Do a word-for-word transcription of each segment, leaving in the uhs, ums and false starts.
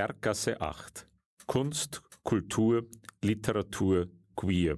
Berggasse acht. Kunst, Kultur, Literatur, Queer.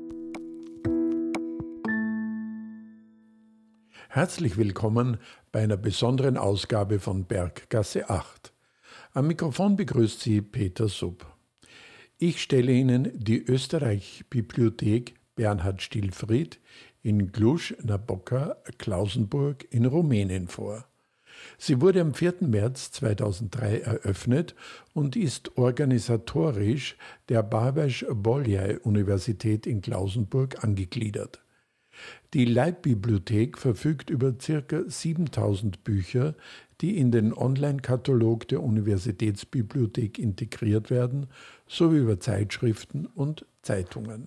Herzlich willkommen bei einer besonderen Ausgabe von Berggasse acht. Am Mikrofon begrüßt Sie Peter Sub. Ich stelle Ihnen die Österreich-Bibliothek Bernhard Stilfried in Cluj-Napoca, Klausenburg in Rumänien vor. Sie wurde am vierten März zweitausenddrei eröffnet und ist organisatorisch der Babeș-Bolyai-Universität in Klausenburg angegliedert. Die Leitbibliothek verfügt über ca. siebentausend Bücher, die in den Online-Katalog der Universitätsbibliothek integriert werden, sowie über Zeitschriften und Zeitungen.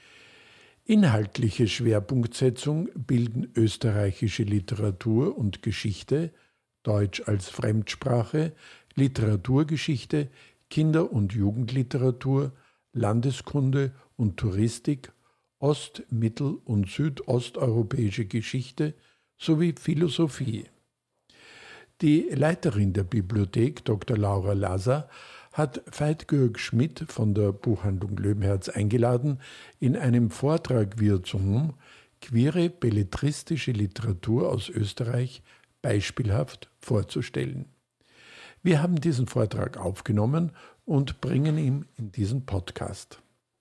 Inhaltliche Schwerpunktsetzung bilden österreichische Literatur und Geschichte, Deutsch als Fremdsprache, Literaturgeschichte, Kinder- und Jugendliteratur, Landeskunde und Touristik, ost-, mittel- und südosteuropäische Geschichte sowie Philosophie. Die Leiterin der Bibliothek, Doktor Laura Laser, hat Veit-Georg Schmidt von der Buchhandlung Löwenherz eingeladen, in einem Vortrag via Zoom queere belletristische Literatur aus Österreich beispielhaft vorzustellen. Wir haben diesen Vortrag aufgenommen und bringen ihn in diesen Podcast.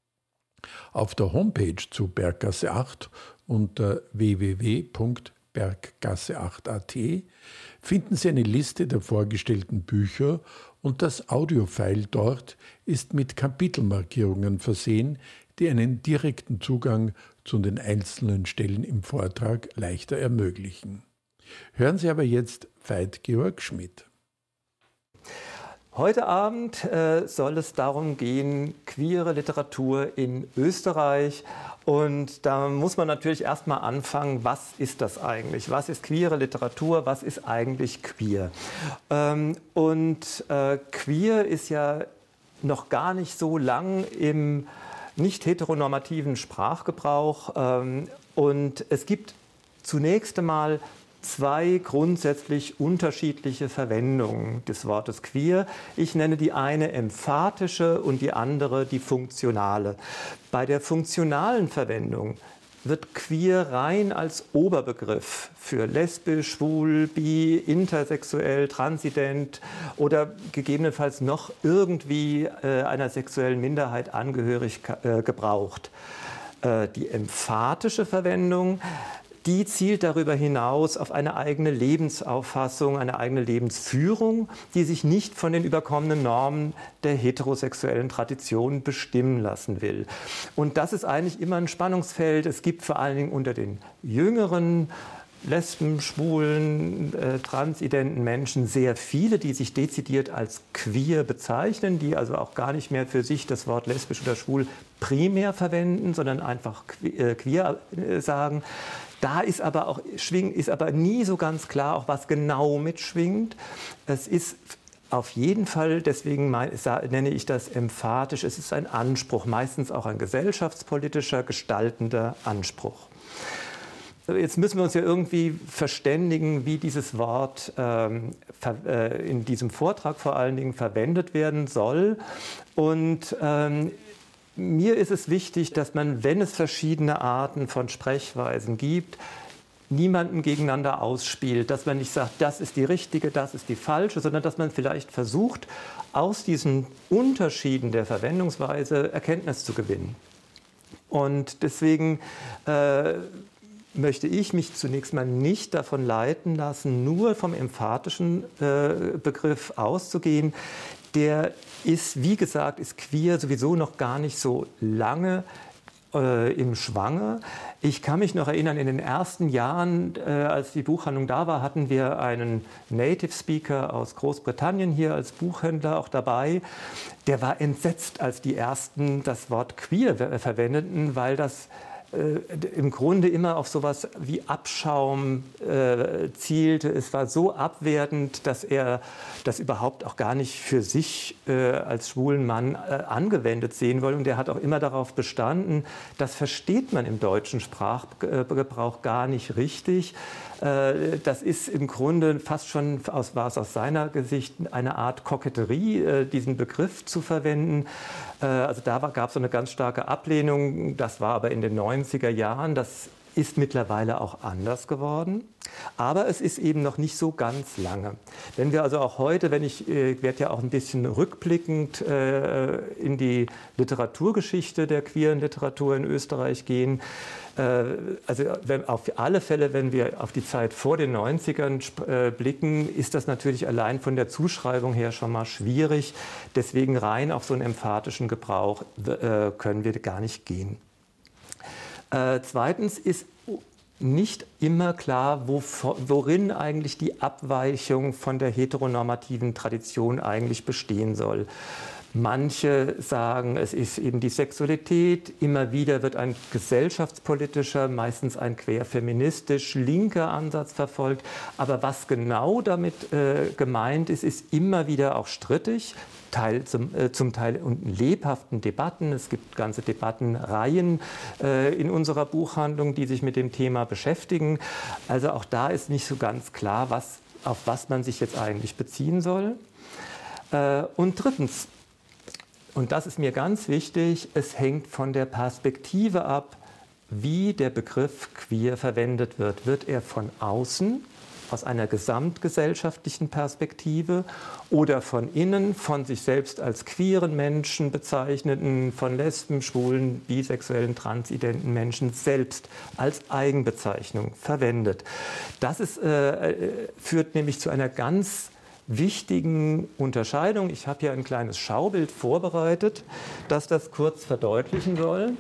Auf der Homepage zu Berggasse acht unter w w w punkt berggasse acht punkt a t finden Sie eine Liste der vorgestellten Bücher und das Audiofile dort ist mit Kapitelmarkierungen versehen, die einen direkten Zugang zu den einzelnen Stellen im Vortrag leichter ermöglichen. Hören Sie aber jetzt Veit-Georg Schmidt. Heute Abend äh, soll es darum gehen, queere Literatur in Österreich. Und da muss man natürlich erstmal anfangen, was ist das eigentlich? Was ist queere Literatur? Was ist eigentlich queer? Ähm, und äh, queer ist ja noch gar nicht so lang im nicht heteronormativen Sprachgebrauch. Ähm, und es gibt zunächst einmal zwei grundsätzlich unterschiedliche Verwendungen des Wortes queer. Ich nenne die eine emphatische und die andere die funktionale. Bei der funktionalen Verwendung wird queer rein als Oberbegriff für lesbisch, schwul, bi, intersexuell, transident oder gegebenenfalls noch irgendwie äh, einer sexuellen Minderheit angehörig äh, gebraucht. Äh, die emphatische Verwendung, die zielt darüber hinaus auf eine eigene Lebensauffassung, eine eigene Lebensführung, die sich nicht von den überkommenen Normen der heterosexuellen Tradition bestimmen lassen will. Und das ist eigentlich immer ein Spannungsfeld. Es gibt vor allen Dingen unter den jüngeren Lesben, Schwulen, äh, transidenten Menschen sehr viele, die sich dezidiert als queer bezeichnen, die also auch gar nicht mehr für sich das Wort lesbisch oder schwul primär verwenden, sondern einfach queer, äh, queer äh, sagen. Da ist aber auch schwing, ist aber nie so ganz klar, auch was genau mitschwingt. Es ist auf jeden Fall, deswegen mein, nenne ich das emphatisch, es ist ein Anspruch, meistens auch ein gesellschaftspolitischer, gestaltender Anspruch. Jetzt müssen wir uns ja irgendwie verständigen, wie dieses Wort ähm, äh, in diesem Vortrag vor allen Dingen verwendet werden soll. Und ähm, mir ist es wichtig, dass man, wenn es verschiedene Arten von Sprechweisen gibt, niemanden gegeneinander ausspielt, dass man nicht sagt, das ist die richtige, das ist die falsche, sondern dass man vielleicht versucht, aus diesen Unterschieden der Verwendungsweise Erkenntnis zu gewinnen. Und deswegen äh, möchte ich mich zunächst mal nicht davon leiten lassen, nur vom emphatischen äh, Begriff auszugehen. Der ist, wie gesagt, ist queer sowieso noch gar nicht so lange äh, im Schwange. Ich kann mich noch erinnern, in den ersten Jahren, äh, als die Buchhandlung da war, hatten wir einen Native Speaker aus Großbritannien hier als Buchhändler auch dabei. Der war entsetzt, als die ersten das Wort queer verwendeten, weil das äh, im Grunde immer auf sowas wie Abschaum äh, zielte. Es war so abwertend, dass er das überhaupt auch gar nicht für sich äh, als schwulen Mann äh, angewendet sehen wollte. Und er hat auch immer darauf bestanden, das versteht man im deutschen Sprachgebrauch gar nicht richtig. Das ist im Grunde fast schon, aus, war es aus seiner Sicht eine Art Koketterie, diesen Begriff zu verwenden. Also da gab es so eine ganz starke Ablehnung. Das war aber in den neunziger Jahren. Das ist mittlerweile auch anders geworden, aber es ist eben noch nicht so ganz lange. Wenn wir also auch heute, wenn ich, ich werde ja auch ein bisschen rückblickend äh, in die Literaturgeschichte der queeren Literatur in Österreich gehen, äh, also wenn, auf alle Fälle, wenn wir auf die Zeit vor den neunzigern äh, blicken, ist das natürlich allein von der Zuschreibung her schon mal schwierig. Deswegen rein auf so einen emphatischen Gebrauch äh, können wir gar nicht gehen. Äh, zweitens ist nicht immer klar, wo, worin eigentlich die Abweichung von der heteronormativen Tradition eigentlich bestehen soll. Manche sagen, es ist eben die Sexualität. Immer wieder wird ein gesellschaftspolitischer, meistens ein querfeministisch linker Ansatz verfolgt. Aber was genau damit äh, gemeint ist, ist immer wieder auch strittig. Teil zum, äh, zum Teil in lebhaften Debatten. Es gibt ganze Debattenreihen äh, in unserer Buchhandlung, die sich mit dem Thema beschäftigen. Also auch da ist nicht so ganz klar, was, auf was man sich jetzt eigentlich beziehen soll. Äh, und drittens, und das ist mir ganz wichtig, es hängt von der Perspektive ab, wie der Begriff queer verwendet wird. Wird er von außen, aus einer gesamtgesellschaftlichen Perspektive oder von innen, von sich selbst als queeren Menschen bezeichneten, von Lesben, Schwulen, bisexuellen, transidenten Menschen selbst als Eigenbezeichnung verwendet. Das ist, äh, führt nämlich zu einer ganz wichtigen Unterscheidung. Ich habe hier ein kleines Schaubild vorbereitet, das das kurz verdeutlichen soll.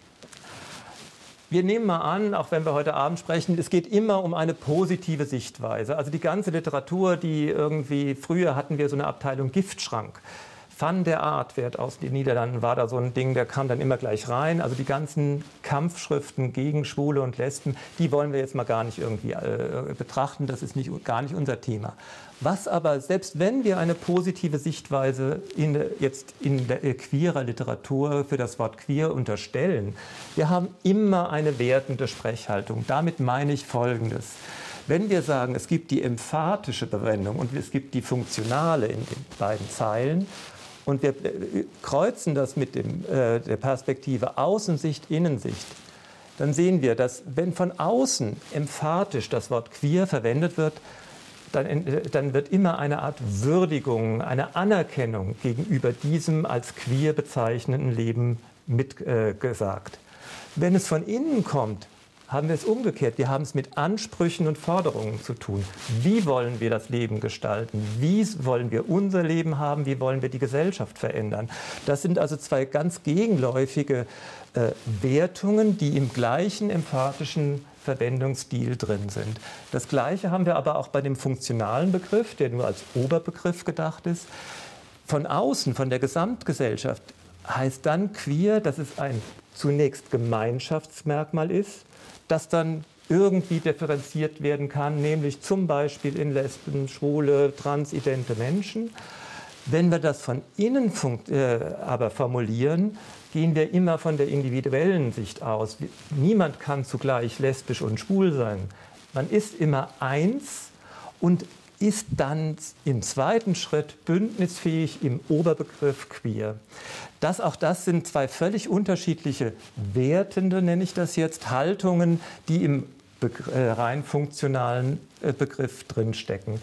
Wir nehmen mal an, auch wenn wir heute Abend sprechen, es geht immer um eine positive Sichtweise. Also die ganze Literatur, die irgendwie, früher hatten wir so eine Abteilung Giftschrank. Van der Aardwert aus den Niederlanden war da so ein Ding, der kam dann immer gleich rein. Also die ganzen Kampfschriften gegen Schwule und Lesben, die wollen wir jetzt mal gar nicht irgendwie äh, betrachten. Das ist nicht, gar nicht unser Thema. Was aber, selbst wenn wir eine positive Sichtweise in der, jetzt in der äh, queerer Literatur für das Wort queer unterstellen, wir haben immer eine wertende Sprechhaltung. Damit meine ich Folgendes. Wenn wir sagen, es gibt die emphatische Verwendung und es gibt die funktionale in den beiden Zeilen, und wir kreuzen das mit dem, äh, der Perspektive Außensicht, Innensicht, dann sehen wir, dass wenn von außen emphatisch das Wort queer verwendet wird, dann, äh, dann wird immer eine Art Würdigung, eine Anerkennung gegenüber diesem als queer bezeichneten Leben mitgesagt. Äh, wenn es von innen kommt, haben wir es umgekehrt. Wir haben es mit Ansprüchen und Forderungen zu tun. Wie wollen wir das Leben gestalten? Wie wollen wir unser Leben haben? Wie wollen wir die Gesellschaft verändern? Das sind also zwei ganz gegenläufige äh, Wertungen, die im gleichen emphatischen Verwendungsstil drin sind. Das Gleiche haben wir aber auch bei dem funktionalen Begriff, der nur als Oberbegriff gedacht ist. Von außen, von der Gesamtgesellschaft, heißt dann queer, dass es ein zunächst Gemeinschaftsmerkmal ist, das dann irgendwie differenziert werden kann, nämlich zum Beispiel in Lesben, Schwule, transidente Menschen. Wenn wir das von innen äh, aber formulieren, gehen wir immer von der individuellen Sicht aus. Niemand kann zugleich lesbisch und schwul sein. Man ist immer eins und ist dann im zweiten Schritt bündnisfähig im Oberbegriff queer. Das, auch das sind zwei völlig unterschiedliche wertende, nenne ich das jetzt, Haltungen, die im Begr- äh, rein funktionalen äh, Begriff drinstecken.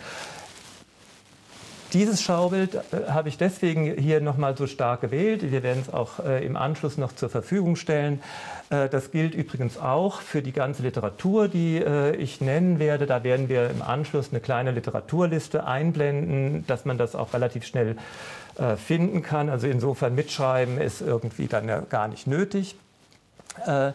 Dieses Schaubild äh, habe ich deswegen hier nochmal so stark gewählt. Wir werden es auch äh, im Anschluss noch zur Verfügung stellen. Äh, das gilt übrigens auch für die ganze Literatur, die äh, ich nennen werde. Da werden wir im Anschluss eine kleine Literaturliste einblenden, dass man das auch relativ schnell äh, finden kann. Also insofern mitschreiben ist irgendwie dann ja gar nicht nötig. Äh,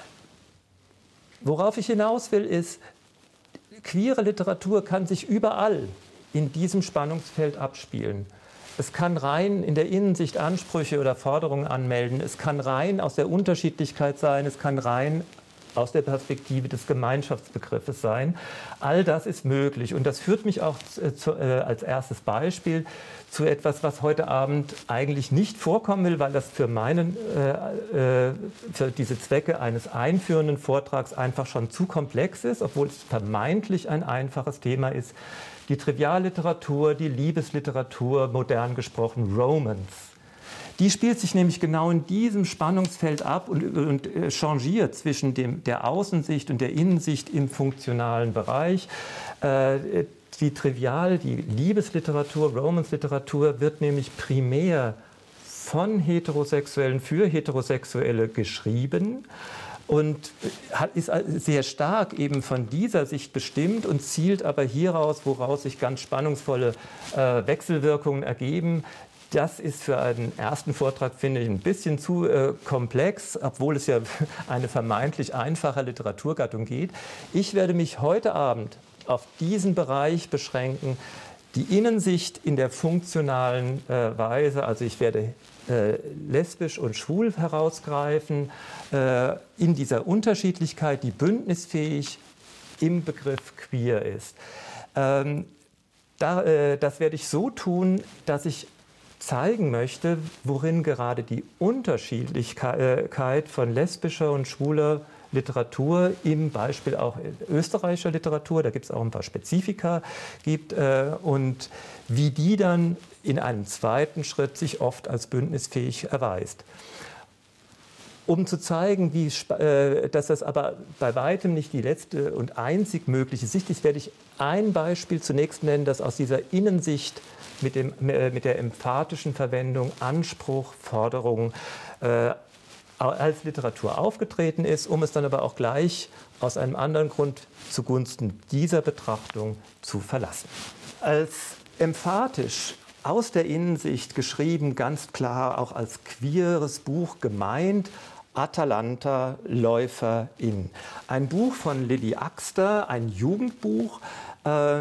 worauf ich hinaus will, ist, queere Literatur kann sich überall in diesem Spannungsfeld abspielen. Es kann rein in der Innensicht Ansprüche oder Forderungen anmelden. Es kann rein aus der Unterschiedlichkeit sein. Es kann rein aus der Perspektive des Gemeinschaftsbegriffes sein. All das ist möglich. Und das führt mich auch zu, äh, als erstes Beispiel zu etwas, was heute Abend eigentlich nicht vorkommen will, weil das für, meinen, äh, äh, für diese Zwecke eines einführenden Vortrags einfach schon zu komplex ist, obwohl es vermeintlich ein einfaches Thema ist. Die Trivialliteratur, die Liebesliteratur, modern gesprochen Romance. Die spielt sich nämlich genau in diesem Spannungsfeld ab und, und äh, changiert zwischen dem, der Außensicht und der Innensicht im funktionalen Bereich. Äh, die Trivial-, die Liebesliteratur, Romance-Literatur wird nämlich primär von Heterosexuellen für Heterosexuelle geschrieben und ist sehr stark eben von dieser Sicht bestimmt und zielt aber hieraus, woraus sich ganz spannungsvolle äh, Wechselwirkungen ergeben. Das ist für einen ersten Vortrag, finde ich, ein bisschen zu äh, komplex, obwohl es ja eine vermeintlich einfache Literaturgattung geht. Ich werde mich heute Abend auf diesen Bereich beschränken, die Innensicht in der funktionalen äh, Weise. Also ich werde äh, lesbisch und schwul herausgreifen, äh, in dieser Unterschiedlichkeit, die bündnisfähig im Begriff queer ist. Ähm, da, äh, das werde ich so tun, dass ich zeigen möchte, worin gerade die Unterschiedlichkeit von lesbischer und schwuler Literatur, im Beispiel auch österreichischer Literatur, da gibt es auch ein paar Spezifika, gibt, äh, und wie die dann in einem zweiten Schritt sich oft als bündnisfähig erweist. Um zu zeigen, wie, äh, dass das aber bei weitem nicht die letzte und einzig mögliche Sicht ist, werde ich ein Beispiel zunächst nennen, das aus dieser Innensicht mit, dem, äh, mit der emphatischen Verwendung Anspruch, Forderung äh, als Literatur aufgetreten ist, um es dann aber auch gleich aus einem anderen Grund zugunsten dieser Betrachtung zu verlassen. Als emphatisch aus der Innensicht geschrieben, ganz klar auch als queeres Buch gemeint, Atalanta, Läuferin. Ein Buch von Lilly Axter, ein Jugendbuch äh,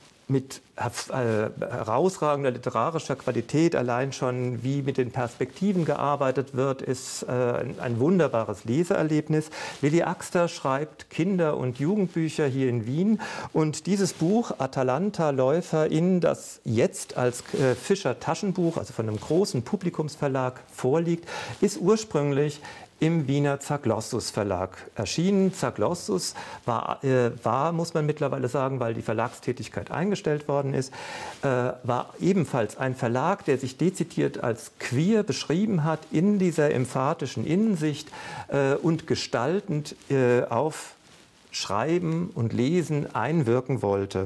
mit äh, herausragender literarischer Qualität. Allein schon, wie mit den Perspektiven gearbeitet wird, ist äh, ein, ein wunderbares Leseerlebnis. Lilly Axter schreibt Kinder- und Jugendbücher hier in Wien. Und dieses Buch, Atalanta, Läuferin, das jetzt als äh, Fischer Taschenbuch, also von einem großen Publikumsverlag vorliegt, ist ursprünglich im Wiener Zaglossus Verlag erschienen. Zaglossus war, äh, war, muss man mittlerweile sagen, weil die Verlagstätigkeit eingestellt worden ist, äh, war ebenfalls ein Verlag, der sich dezidiert als queer beschrieben hat, in dieser emphatischen Innensicht äh, und gestaltend äh, auf Schreiben und Lesen einwirken wollte.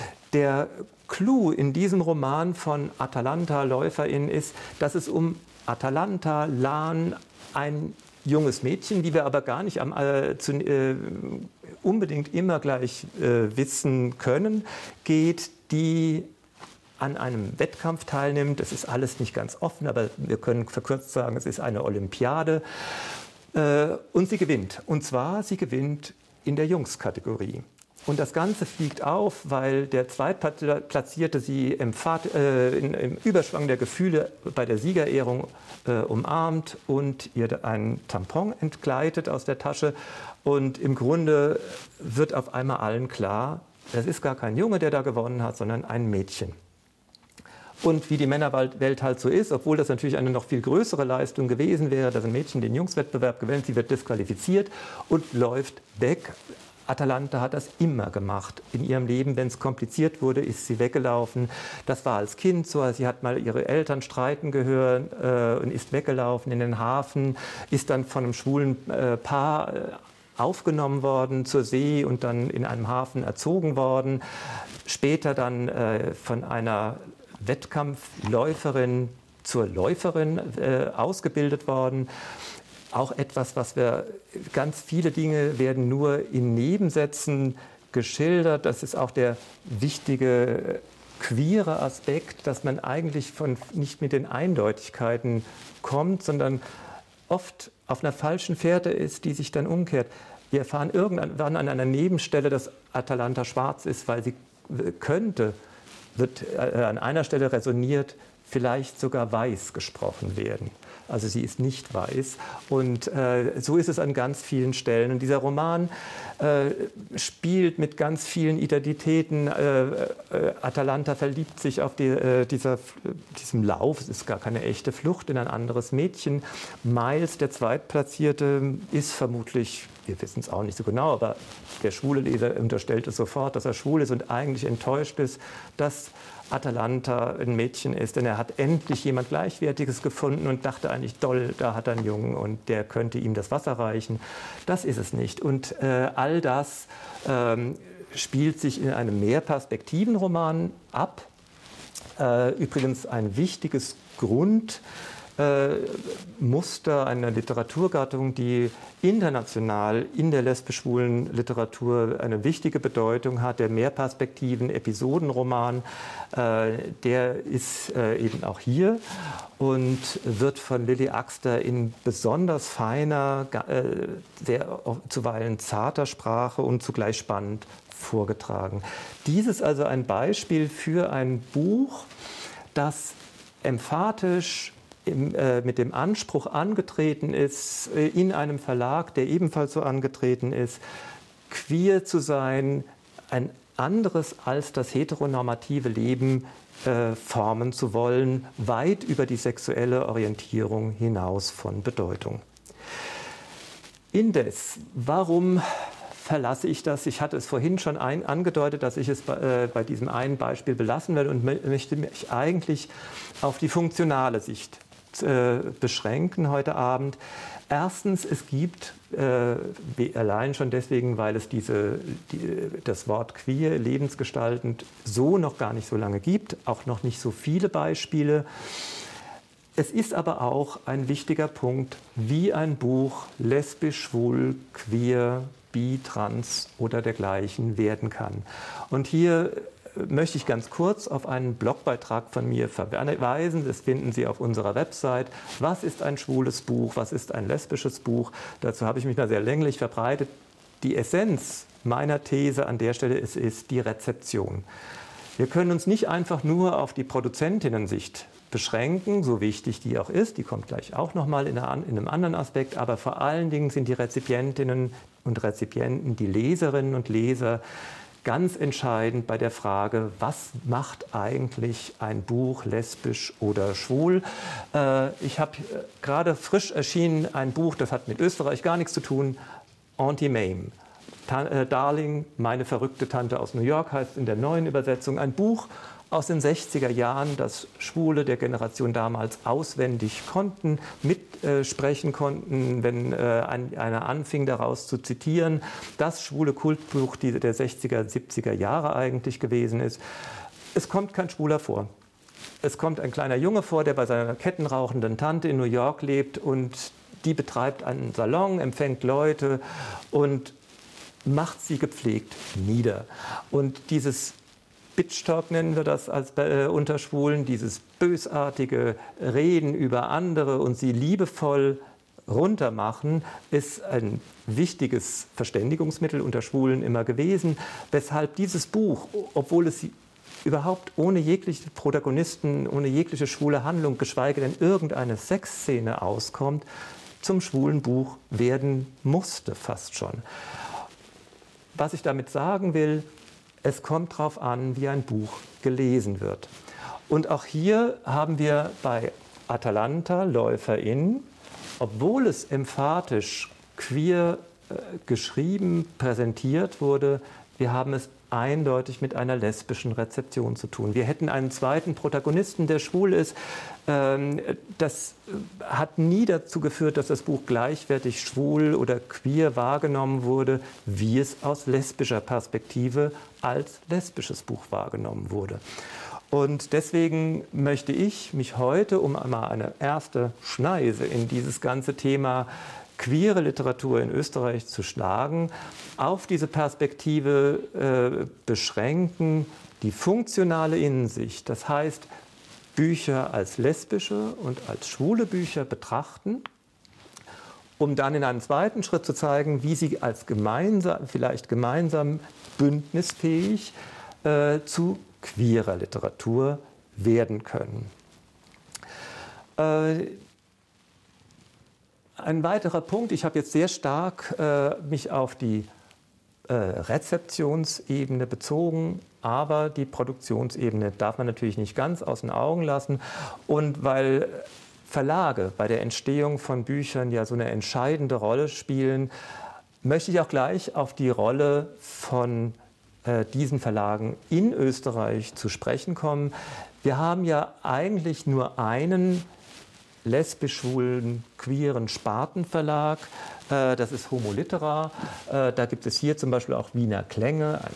Der Clou in diesem Roman von Atalanta, Läuferin, ist, dass es um Atalanta, Lan, ein junges Mädchen, die wir aber gar nicht am, äh, zu, äh, unbedingt immer gleich äh, wissen können, geht, die an einem Wettkampf teilnimmt. Das ist alles nicht ganz offen, aber wir können verkürzt sagen, es ist eine Olympiade. Äh, und sie gewinnt. Und zwar, sie gewinnt in der Jungskategorie. Und das Ganze fliegt auf, weil der Zweitplatzierte sie im, Pfad, äh, in, im Überschwang der Gefühle bei der Siegerehrung äh, umarmt und ihr ein Tampon entgleitet aus der Tasche. Und im Grunde wird auf einmal allen klar, das ist gar kein Junge, der da gewonnen hat, sondern ein Mädchen. Und wie die Männerwelt halt so ist, obwohl das natürlich eine noch viel größere Leistung gewesen wäre, dass ein Mädchen den Jungswettbewerb gewinnt, sie wird disqualifiziert und läuft weg. Atalanta hat das immer gemacht. In ihrem Leben, wenn es kompliziert wurde, ist sie weggelaufen. Das war als Kind so. Sie hat mal ihre Eltern streiten gehört äh, und ist weggelaufen in den Hafen, ist dann von einem schwulen äh, Paar äh, aufgenommen worden zur See und dann in einem Hafen erzogen worden. Später dann äh, von einer Wettkampfläuferin zur Läuferin äh, ausgebildet worden. Auch etwas, was wir, ganz viele Dinge werden nur in Nebensätzen geschildert. Das ist auch der wichtige queere Aspekt, dass man eigentlich von, nicht mit den Eindeutigkeiten kommt, sondern oft auf einer falschen Fährte ist, die sich dann umkehrt. Wir erfahren irgendwann an einer Nebenstelle, dass Atalanta schwarz ist, weil sie könnte, wird an einer Stelle resoniert, vielleicht sogar weiß gesprochen werden. Also sie ist nicht weiß. Und äh, so ist es an ganz vielen Stellen. Und dieser Roman äh, spielt mit ganz vielen Identitäten. Äh, äh, Atalanta verliebt sich auf die, äh, dieser, diesem Lauf. Es ist gar keine echte Flucht in ein anderes Mädchen. Miles, der Zweitplatzierte, ist vermutlich, wir wissen es auch nicht so genau, aber der schwule Leser unterstellt es sofort, dass er schwul ist und eigentlich enttäuscht ist, dass Atalanta ein Mädchen ist, denn er hat endlich jemand Gleichwertiges gefunden und dachte eigentlich, toll, da hat er einen Jungen und der könnte ihm das Wasser reichen. Das ist es nicht. Und äh, all das ähm, spielt sich in einem Mehrperspektivenroman ab. Äh, übrigens ein wichtiges Grund. Muster einer Literaturgattung, die international in der lesbisch-schwulen Literatur eine wichtige Bedeutung hat. Der Mehrperspektiven-Episodenroman, äh, der ist äh, eben auch hier und wird von Lilly Axter in besonders feiner, äh, sehr zuweilen zarter Sprache und zugleich spannend vorgetragen. Dies ist also ein Beispiel für ein Buch, das emphatisch Im, äh, mit dem Anspruch angetreten ist, äh, in einem Verlag, der ebenfalls so angetreten ist, queer zu sein, ein anderes als das heteronormative Leben äh, formen zu wollen, weit über die sexuelle Orientierung hinaus von Bedeutung. Indes, warum verlasse ich das? Ich hatte es vorhin schon ein, angedeutet, dass ich es bei, äh, bei diesem einen Beispiel belassen werde und möchte mich eigentlich auf die funktionale Sicht beschränken heute Abend. Erstens, es gibt, äh, allein schon deswegen, weil es diese, die, das Wort queer, lebensgestaltend, so noch gar nicht so lange gibt, auch noch nicht so viele Beispiele. Es ist aber auch ein wichtiger Punkt, wie ein Buch lesbisch, schwul, queer, bi, trans oder dergleichen werden kann. Und hier möchte ich ganz kurz auf einen Blogbeitrag von mir verweisen. Das finden Sie auf unserer Website. Was ist ein schwules Buch? Was ist ein lesbisches Buch? Dazu habe ich mich mal sehr länglich verbreitet. Die Essenz meiner These an der Stelle ist, ist die Rezeption. Wir können uns nicht einfach nur auf die Produzentinnensicht beschränken, so wichtig die auch ist. Die kommt gleich auch noch mal in einem anderen Aspekt. Aber vor allen Dingen sind die Rezipientinnen und Rezipienten, die Leserinnen und Leser, ganz entscheidend bei der Frage, was macht eigentlich ein Buch lesbisch oder schwul? Äh, ich habe äh, gerade frisch erschienen ein Buch, das hat mit Österreich gar nichts zu tun, Auntie Mame. Ta äh, Darling, meine verrückte Tante aus New York heißt in der neuen Übersetzung, ein Buch aus den sechziger Jahren, das Schwule der Generation damals auswendig konnten, mitsprechen äh, konnten, wenn äh, ein, einer anfing, daraus zu zitieren. Das schwule Kultbuch die der sechziger, siebziger Jahre eigentlich gewesen ist. Es kommt kein Schwuler vor. Es kommt ein kleiner Junge vor, der bei seiner kettenrauchenden Tante in New York lebt und die betreibt einen Salon, empfängt Leute und macht sie gepflegt nieder. Und dieses Bitch-Talk nennen wir das als äh, unter Schwulen, dieses bösartige Reden über andere und sie liebevoll runtermachen, ist ein wichtiges Verständigungsmittel unter Schwulen immer gewesen, weshalb dieses Buch, obwohl es überhaupt ohne jegliche Protagonisten, ohne jegliche schwule Handlung, geschweige denn irgendeine Sexszene auskommt, zum schwulen Buch werden musste fast schon. Was ich damit sagen will, es kommt darauf an, wie ein Buch gelesen wird. Und auch hier haben wir bei Atalanta, Läuferin, obwohl es emphatisch queer äh, geschrieben, präsentiert wurde, wir haben es eindeutig mit einer lesbischen Rezeption zu tun. Wir hätten einen zweiten Protagonisten, der schwul ist. Ähm, das hat nie dazu geführt, dass das Buch gleichwertig schwul oder queer wahrgenommen wurde, wie es aus lesbischer Perspektive als lesbisches Buch wahrgenommen wurde. Und deswegen möchte ich mich heute, um einmal eine erste Schneise in dieses ganze Thema queere Literatur in Österreich zu schlagen, auf diese Perspektive äh, beschränken, die funktionale Innensicht, das heißt Bücher als lesbische und als schwule Bücher betrachten, um dann in einem zweiten Schritt zu zeigen, wie sie als gemeinsam, vielleicht gemeinsam bündnisfähig äh, zu queerer Literatur werden können. Äh, ein weiterer Punkt, ich habe jetzt sehr stark äh, mich auf die äh, Rezeptionsebene bezogen, aber die Produktionsebene darf man natürlich nicht ganz aus den Augen lassen. Und weil Verlage bei der Entstehung von Büchern ja so eine entscheidende Rolle spielen, möchte ich auch gleich auf die Rolle von äh, diesen Verlagen in Österreich zu sprechen kommen. Wir haben ja eigentlich nur einen lesbisch-schwulen, queeren Spartenverlag, äh, das ist Homo Litera. Äh, da gibt es hier zum Beispiel auch Wiener Klänge, ein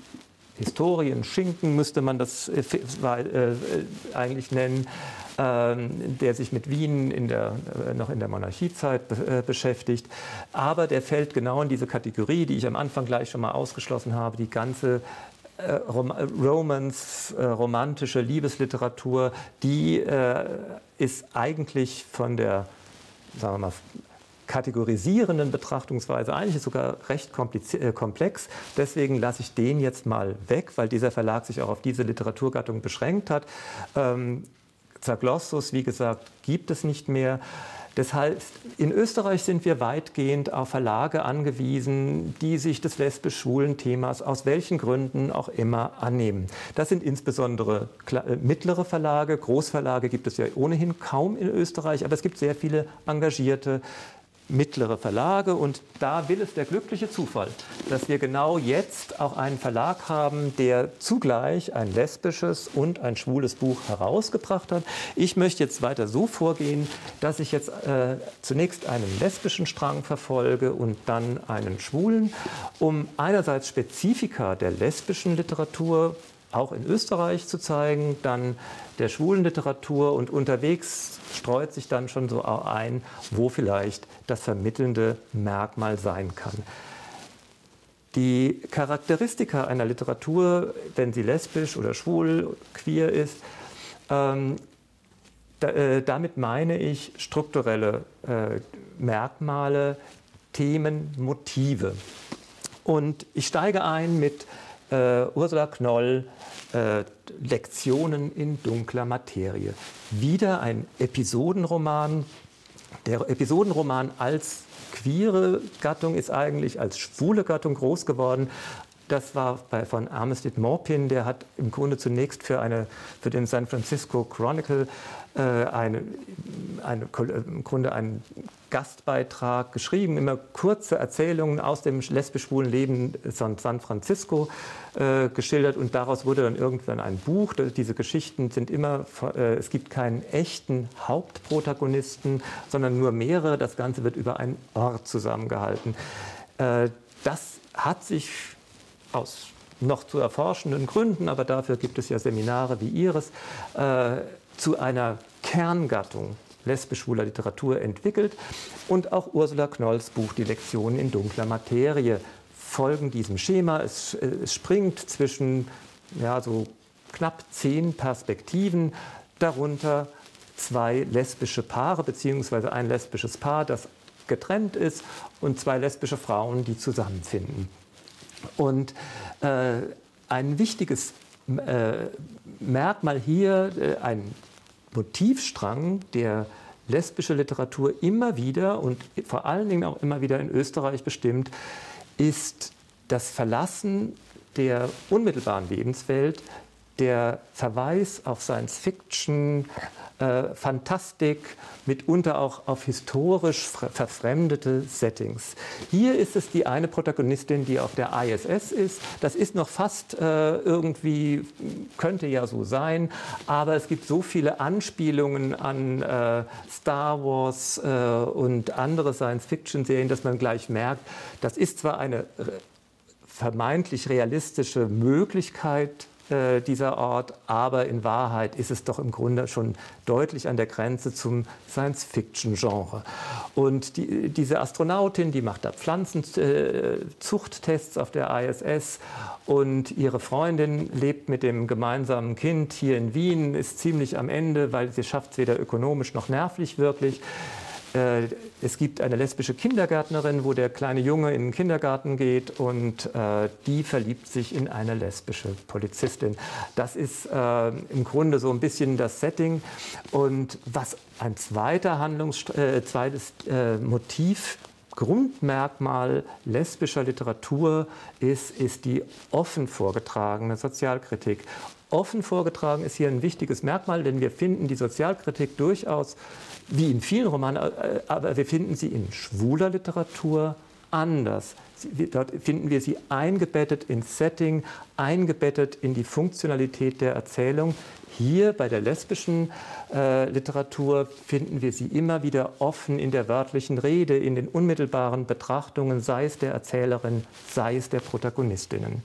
Historienschinken müsste man das äh, äh, eigentlich nennen, ähm, der sich mit Wien in der, äh, noch in der Monarchiezeit be äh, beschäftigt. Aber der fällt genau in diese Kategorie, die ich am Anfang gleich schon mal ausgeschlossen habe, die ganze äh, Rom Romance, äh, romantische Liebesliteratur, die äh, ist eigentlich von der, sagen wir mal, kategorisierenden Betrachtungsweise eigentlich sogar recht äh, komplex. Deswegen lasse ich den jetzt mal weg, weil dieser Verlag sich auch auf diese Literaturgattung beschränkt hat. Ähm, Zaglossus, wie gesagt, gibt es nicht mehr. Deshalb, in Österreich sind wir weitgehend auf Verlage angewiesen, die sich des lesbisch-schwulen Themas aus welchen Gründen auch immer annehmen. Das sind insbesondere mittlere Verlage, Großverlage gibt es ja ohnehin kaum in Österreich, aber es gibt sehr viele engagierte mittlere Verlage und da will es der glückliche Zufall, dass wir genau jetzt auch einen Verlag haben, der zugleich ein lesbisches und ein schwules Buch herausgebracht hat. Ich möchte jetzt weiter so vorgehen, dass ich jetzt äh, zunächst einen lesbischen Strang verfolge und dann einen schwulen, um einerseits Spezifika der lesbischen Literatur auch in Österreich zu zeigen, dann der schwulen Literatur und unterwegs streut sich dann schon so ein, wo vielleicht das vermittelnde Merkmal sein kann. Die Charakteristika einer Literatur, wenn sie lesbisch oder schwul, queer ist, ähm, da, äh, damit meine ich strukturelle äh, Merkmale, Themen, Motive. Und ich steige ein mit äh, Ursula Knoll, Äh, Lektionen in dunkler Materie. Wieder ein Episodenroman. Der Episodenroman als queere Gattung ist eigentlich als schwule Gattung groß geworden. Das war bei, von Armistead Maupin, der hat im Grunde zunächst für, eine, für den San Francisco Chronicle äh, eine, eine, im Grunde einen Gastbeitrag geschrieben, immer kurze Erzählungen aus dem lesbisch-schwulen Leben von San Francisco äh, geschildert und daraus wurde dann irgendwann ein Buch. Diese Geschichten sind immer, äh, es gibt keinen echten Hauptprotagonisten, sondern nur mehrere. Das Ganze wird über einen Ort zusammengehalten. Äh, das hat sich aus noch zu erforschenden Gründen, aber dafür gibt es ja Seminare wie Ihres, äh, zu einer Kerngattung lesbisch-schwuler Literatur entwickelt. Und auch Ursula Knolls Buch Die Lektionen in dunkler Materie folgen diesem Schema. Es, es springt zwischen ja, so knapp zehn Perspektiven, darunter zwei lesbische Paare beziehungsweise ein lesbisches Paar, das getrennt ist, und zwei lesbische Frauen, die zusammenfinden. Und äh, ein wichtiges äh, Merkmal hier, äh, ein Motivstrang, der lesbische Literatur immer wieder und vor allen Dingen auch immer wieder in Österreich bestimmt, ist das Verlassen der unmittelbaren Lebenswelt, der Verweis auf Science-Fiction, äh, Fantastik, mitunter auch auf historisch verfremdete Settings. Hier ist es die eine Protagonistin, die auf der I S S ist. Das ist noch fast äh, irgendwie, könnte ja so sein, aber es gibt so viele Anspielungen an äh, Star Wars äh, und andere Science-Fiction-Serien, dass man gleich merkt, das ist zwar eine vermeintlich realistische Möglichkeit, dieser Ort, aber in Wahrheit ist es doch im Grunde schon deutlich an der Grenze zum Science-Fiction-Genre. Und die, diese Astronautin, die macht da Pflanzenzuchttests auf der I S S und ihre Freundin lebt mit dem gemeinsamen Kind hier in Wien, ist ziemlich am Ende, weil sie schafft es weder ökonomisch noch nervlich wirklich. Äh, es gibt eine lesbische Kindergärtnerin, wo der kleine Junge in den Kindergarten geht und äh, die verliebt sich in eine lesbische Polizistin. Das ist äh, im Grunde so ein bisschen das Setting. Und was ein zweiter Handlungs äh, zweites äh, Motiv, Grundmerkmal lesbischer Literatur ist, ist die offen vorgetragene Sozialkritik. Offen vorgetragen ist hier ein wichtiges Merkmal, denn wir finden die Sozialkritik durchaus, wie in vielen Romanen, aber wir finden sie in schwuler Literatur anders. Dort finden wir sie eingebettet ins Setting, eingebettet in die Funktionalität der Erzählung. Hier bei der lesbischen äh, Literatur finden wir sie immer wieder offen in der wörtlichen Rede, in den unmittelbaren Betrachtungen, sei es der Erzählerin, sei es der Protagonistinnen.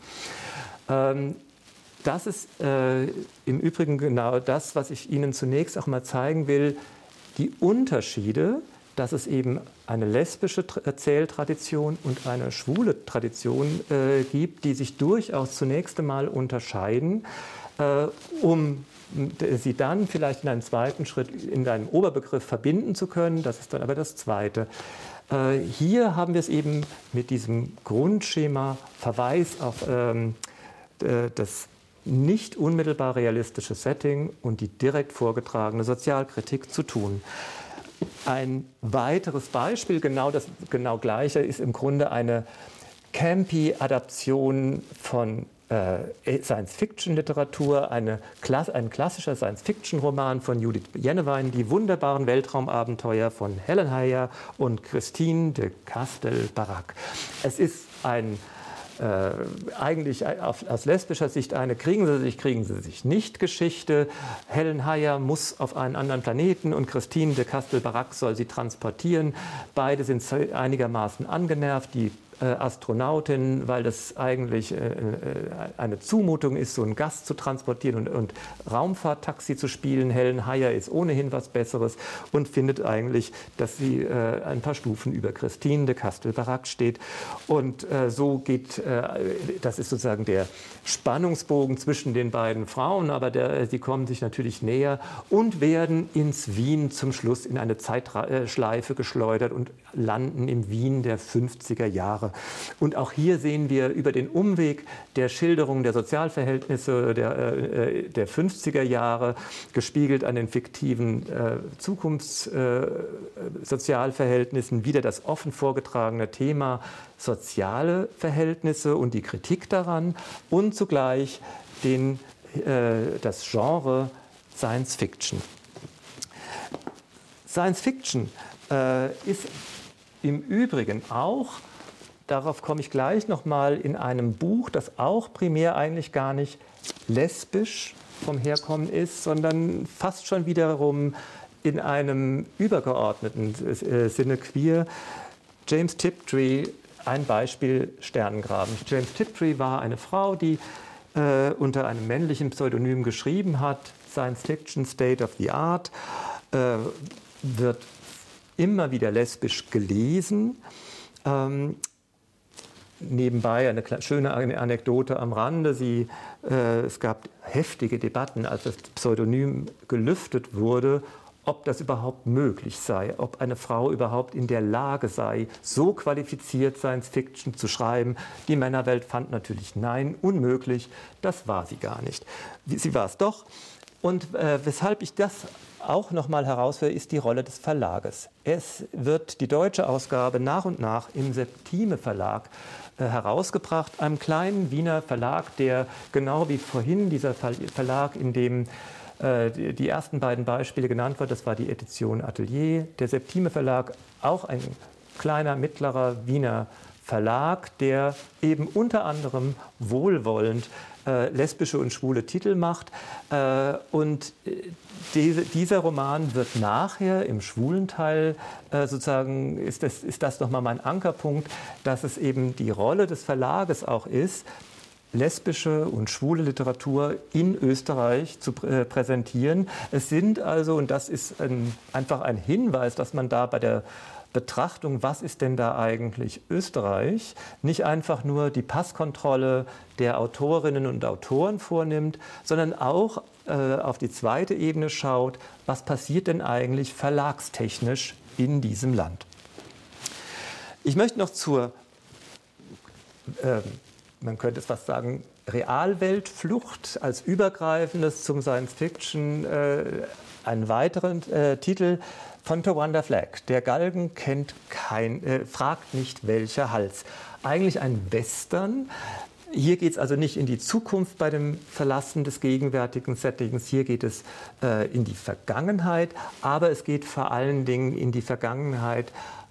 Ähm, das ist äh, im Übrigen genau das, was ich Ihnen zunächst auch mal zeigen will, die Unterschiede, dass es eben eine lesbische Erzähltradition und eine schwule Tradition äh, gibt, die sich durchaus zunächst einmal unterscheiden, äh, um sie dann vielleicht in einem zweiten Schritt in einem Oberbegriff verbinden zu können. Das ist dann aber das Zweite. Äh, hier haben wir es eben mit diesem Grundschema Verweis auf ähm, das nicht unmittelbar realistische Setting und die direkt vorgetragene Sozialkritik zu tun. Ein weiteres Beispiel, genau das genau gleiche, ist im Grunde eine campy Adaption von äh, Science-Fiction-Literatur, eine, ein klassischer Science-Fiction-Roman von Judith Jännewein, die wunderbaren Weltraumabenteuer von Helen Heyer und Christine de Castelbarak. Es ist ein Äh, eigentlich auf, aus lesbischer Sicht eine kriegen sie sich, kriegen sie sich nicht Geschichte. Helen Heyer muss auf einen anderen Planeten und Christine de Castelbarak soll sie transportieren. Beide sind einigermaßen angenervt. Die äh, Astronautin, weil das eigentlich äh, eine Zumutung ist, so einen Gast zu transportieren und, und Raumfahrttaxi zu spielen. Helen Heyer ist ohnehin was Besseres und findet eigentlich, dass sie äh, ein paar Stufen über Christine de Castelbarak steht. Und äh, so geht, äh, das ist sozusagen der Spannungsbogen zwischen den beiden Frauen, aber der, sie kommen sich natürlich näher und werden ins Wien zum Schluss in eine Zeitschleife geschleudert und landen im Wien der fünfziger Jahre. Und auch hier sehen wir über den Umweg der Schilderung der Sozialverhältnisse der, äh, der fünfziger Jahre, gespiegelt an den fiktiven äh, Zukunftssozialverhältnissen, äh, wieder das offen vorgetragene Thema soziale Verhältnisse und die Kritik daran und zugleich den, äh, das Genre Science Fiction. Science Fiction äh, ist im Übrigen auch, darauf komme ich gleich noch mal, in einem Buch, das auch primär eigentlich gar nicht lesbisch vom Herkommen ist, sondern fast schon wiederum in einem übergeordneten Sinne queer. James Tiptree, ein Beispiel Sternengraben. James Tiptree war eine Frau, die äh, unter einem männlichen Pseudonym geschrieben hat, Science Fiction, State of the Art, äh, wird immer wieder lesbisch gelesen. Ähm, nebenbei eine schöne Anekdote am Rande. Sie, äh, es gab heftige Debatten, als das Pseudonym gelüftet wurde, ob das überhaupt möglich sei, ob eine Frau überhaupt in der Lage sei, so qualifiziert Science Fiction zu schreiben. Die Männerwelt fand natürlich nein, unmöglich, das war sie gar nicht. Sie war es doch. Und äh, weshalb ich das auch noch mal herausführe, ist die Rolle des Verlages. Es wird die deutsche Ausgabe nach und nach im Septime Verlag äh, herausgebracht, einem kleinen Wiener Verlag, der genau wie vorhin dieser Verlag, in dem äh, die, die ersten beiden Beispiele genannt wurden, das war die Edition Atelier, der Septime Verlag, auch ein kleiner, mittlerer Wiener Verlag, der eben unter anderem wohlwollend äh, lesbische und schwule Titel macht. Äh, und diese, dieser Roman wird nachher im schwulen Teil äh, sozusagen, ist das, ist das nochmal mein Ankerpunkt, dass es eben die Rolle des Verlages auch ist, lesbische und schwule Literatur in Österreich zu äh, präsentieren. Es sind also, und das ist ein, einfach ein Hinweis, dass man da bei der Betrachtung, was ist denn da eigentlich Österreich, nicht einfach nur die Passkontrolle der Autorinnen und Autoren vornimmt, sondern auch äh, auf die zweite Ebene schaut, was passiert denn eigentlich verlagstechnisch in diesem Land. Ich möchte noch zur, äh, man könnte es fast sagen, Realweltflucht als übergreifendes zum Science-Fiction äh, einen weiteren äh, Titel von Towanda Flagg. Der Galgen kennt kein, äh, fragt nicht welcher Hals. Eigentlich ein Western. Hier geht es also nicht in die Zukunft bei dem Verlassen des gegenwärtigen Settings. Hier geht es äh, in die Vergangenheit. Aber es geht vor allen Dingen in die Vergangenheit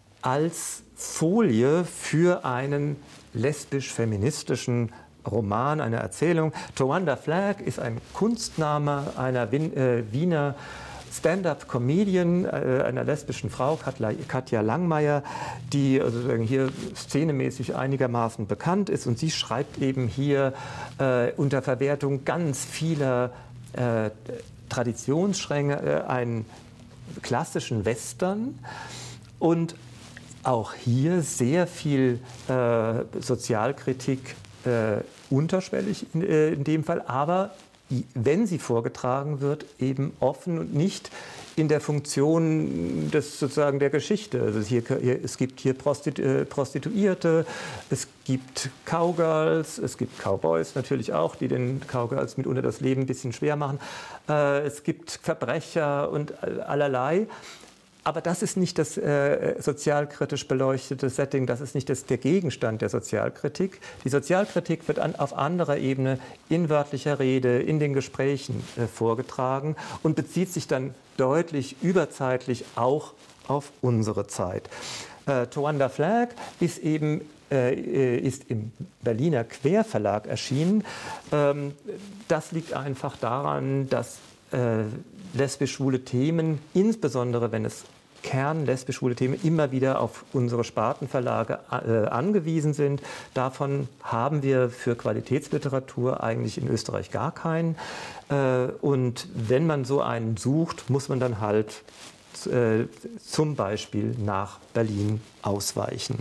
als Folie für einen lesbisch-feministischen Roman, eine Erzählung. Towanda Flagg ist ein Kunstname einer Wien, äh, Wiener Stand-up-Comedian, äh, einer lesbischen Frau, Katla, Katja Langmeier, die also hier szenemäßig einigermaßen bekannt ist. Und sie schreibt eben hier äh, unter Verwertung ganz vieler äh, Traditionsstränge äh, einen klassischen Western und auch hier sehr viel äh, Sozialkritik äh, unterschwellig in, äh, in dem Fall, aber wenn sie vorgetragen wird, eben offen und nicht in der Funktion des, sozusagen der Geschichte. Also hier, hier, es gibt hier Prostitu äh, Prostituierte, es gibt Cowgirls, es gibt Cowboys natürlich auch, die den Cowgirls mitunter das Leben ein bisschen schwer machen. Äh, es gibt Verbrecher und allerlei. Aber das ist nicht das äh, sozialkritisch beleuchtete Setting, das ist nicht das, der Gegenstand der Sozialkritik. Die Sozialkritik wird an, auf anderer Ebene in wörtlicher Rede, in den Gesprächen äh, vorgetragen und bezieht sich dann deutlich überzeitlich auch auf unsere Zeit. Äh, Towanda Flagg ist eben äh, ist im Berliner Querverlag erschienen. Ähm, das liegt einfach daran, dass äh, lesbisch-schwule Themen, insbesondere wenn es Kern-lesbisch-schwule Themen, immer wieder auf unsere Spartenverlage äh, angewiesen sind. Davon haben wir für Qualitätsliteratur eigentlich in Österreich gar keinen. Äh, und wenn man so einen sucht, muss man dann halt äh, zum Beispiel nach Berlin ausweichen.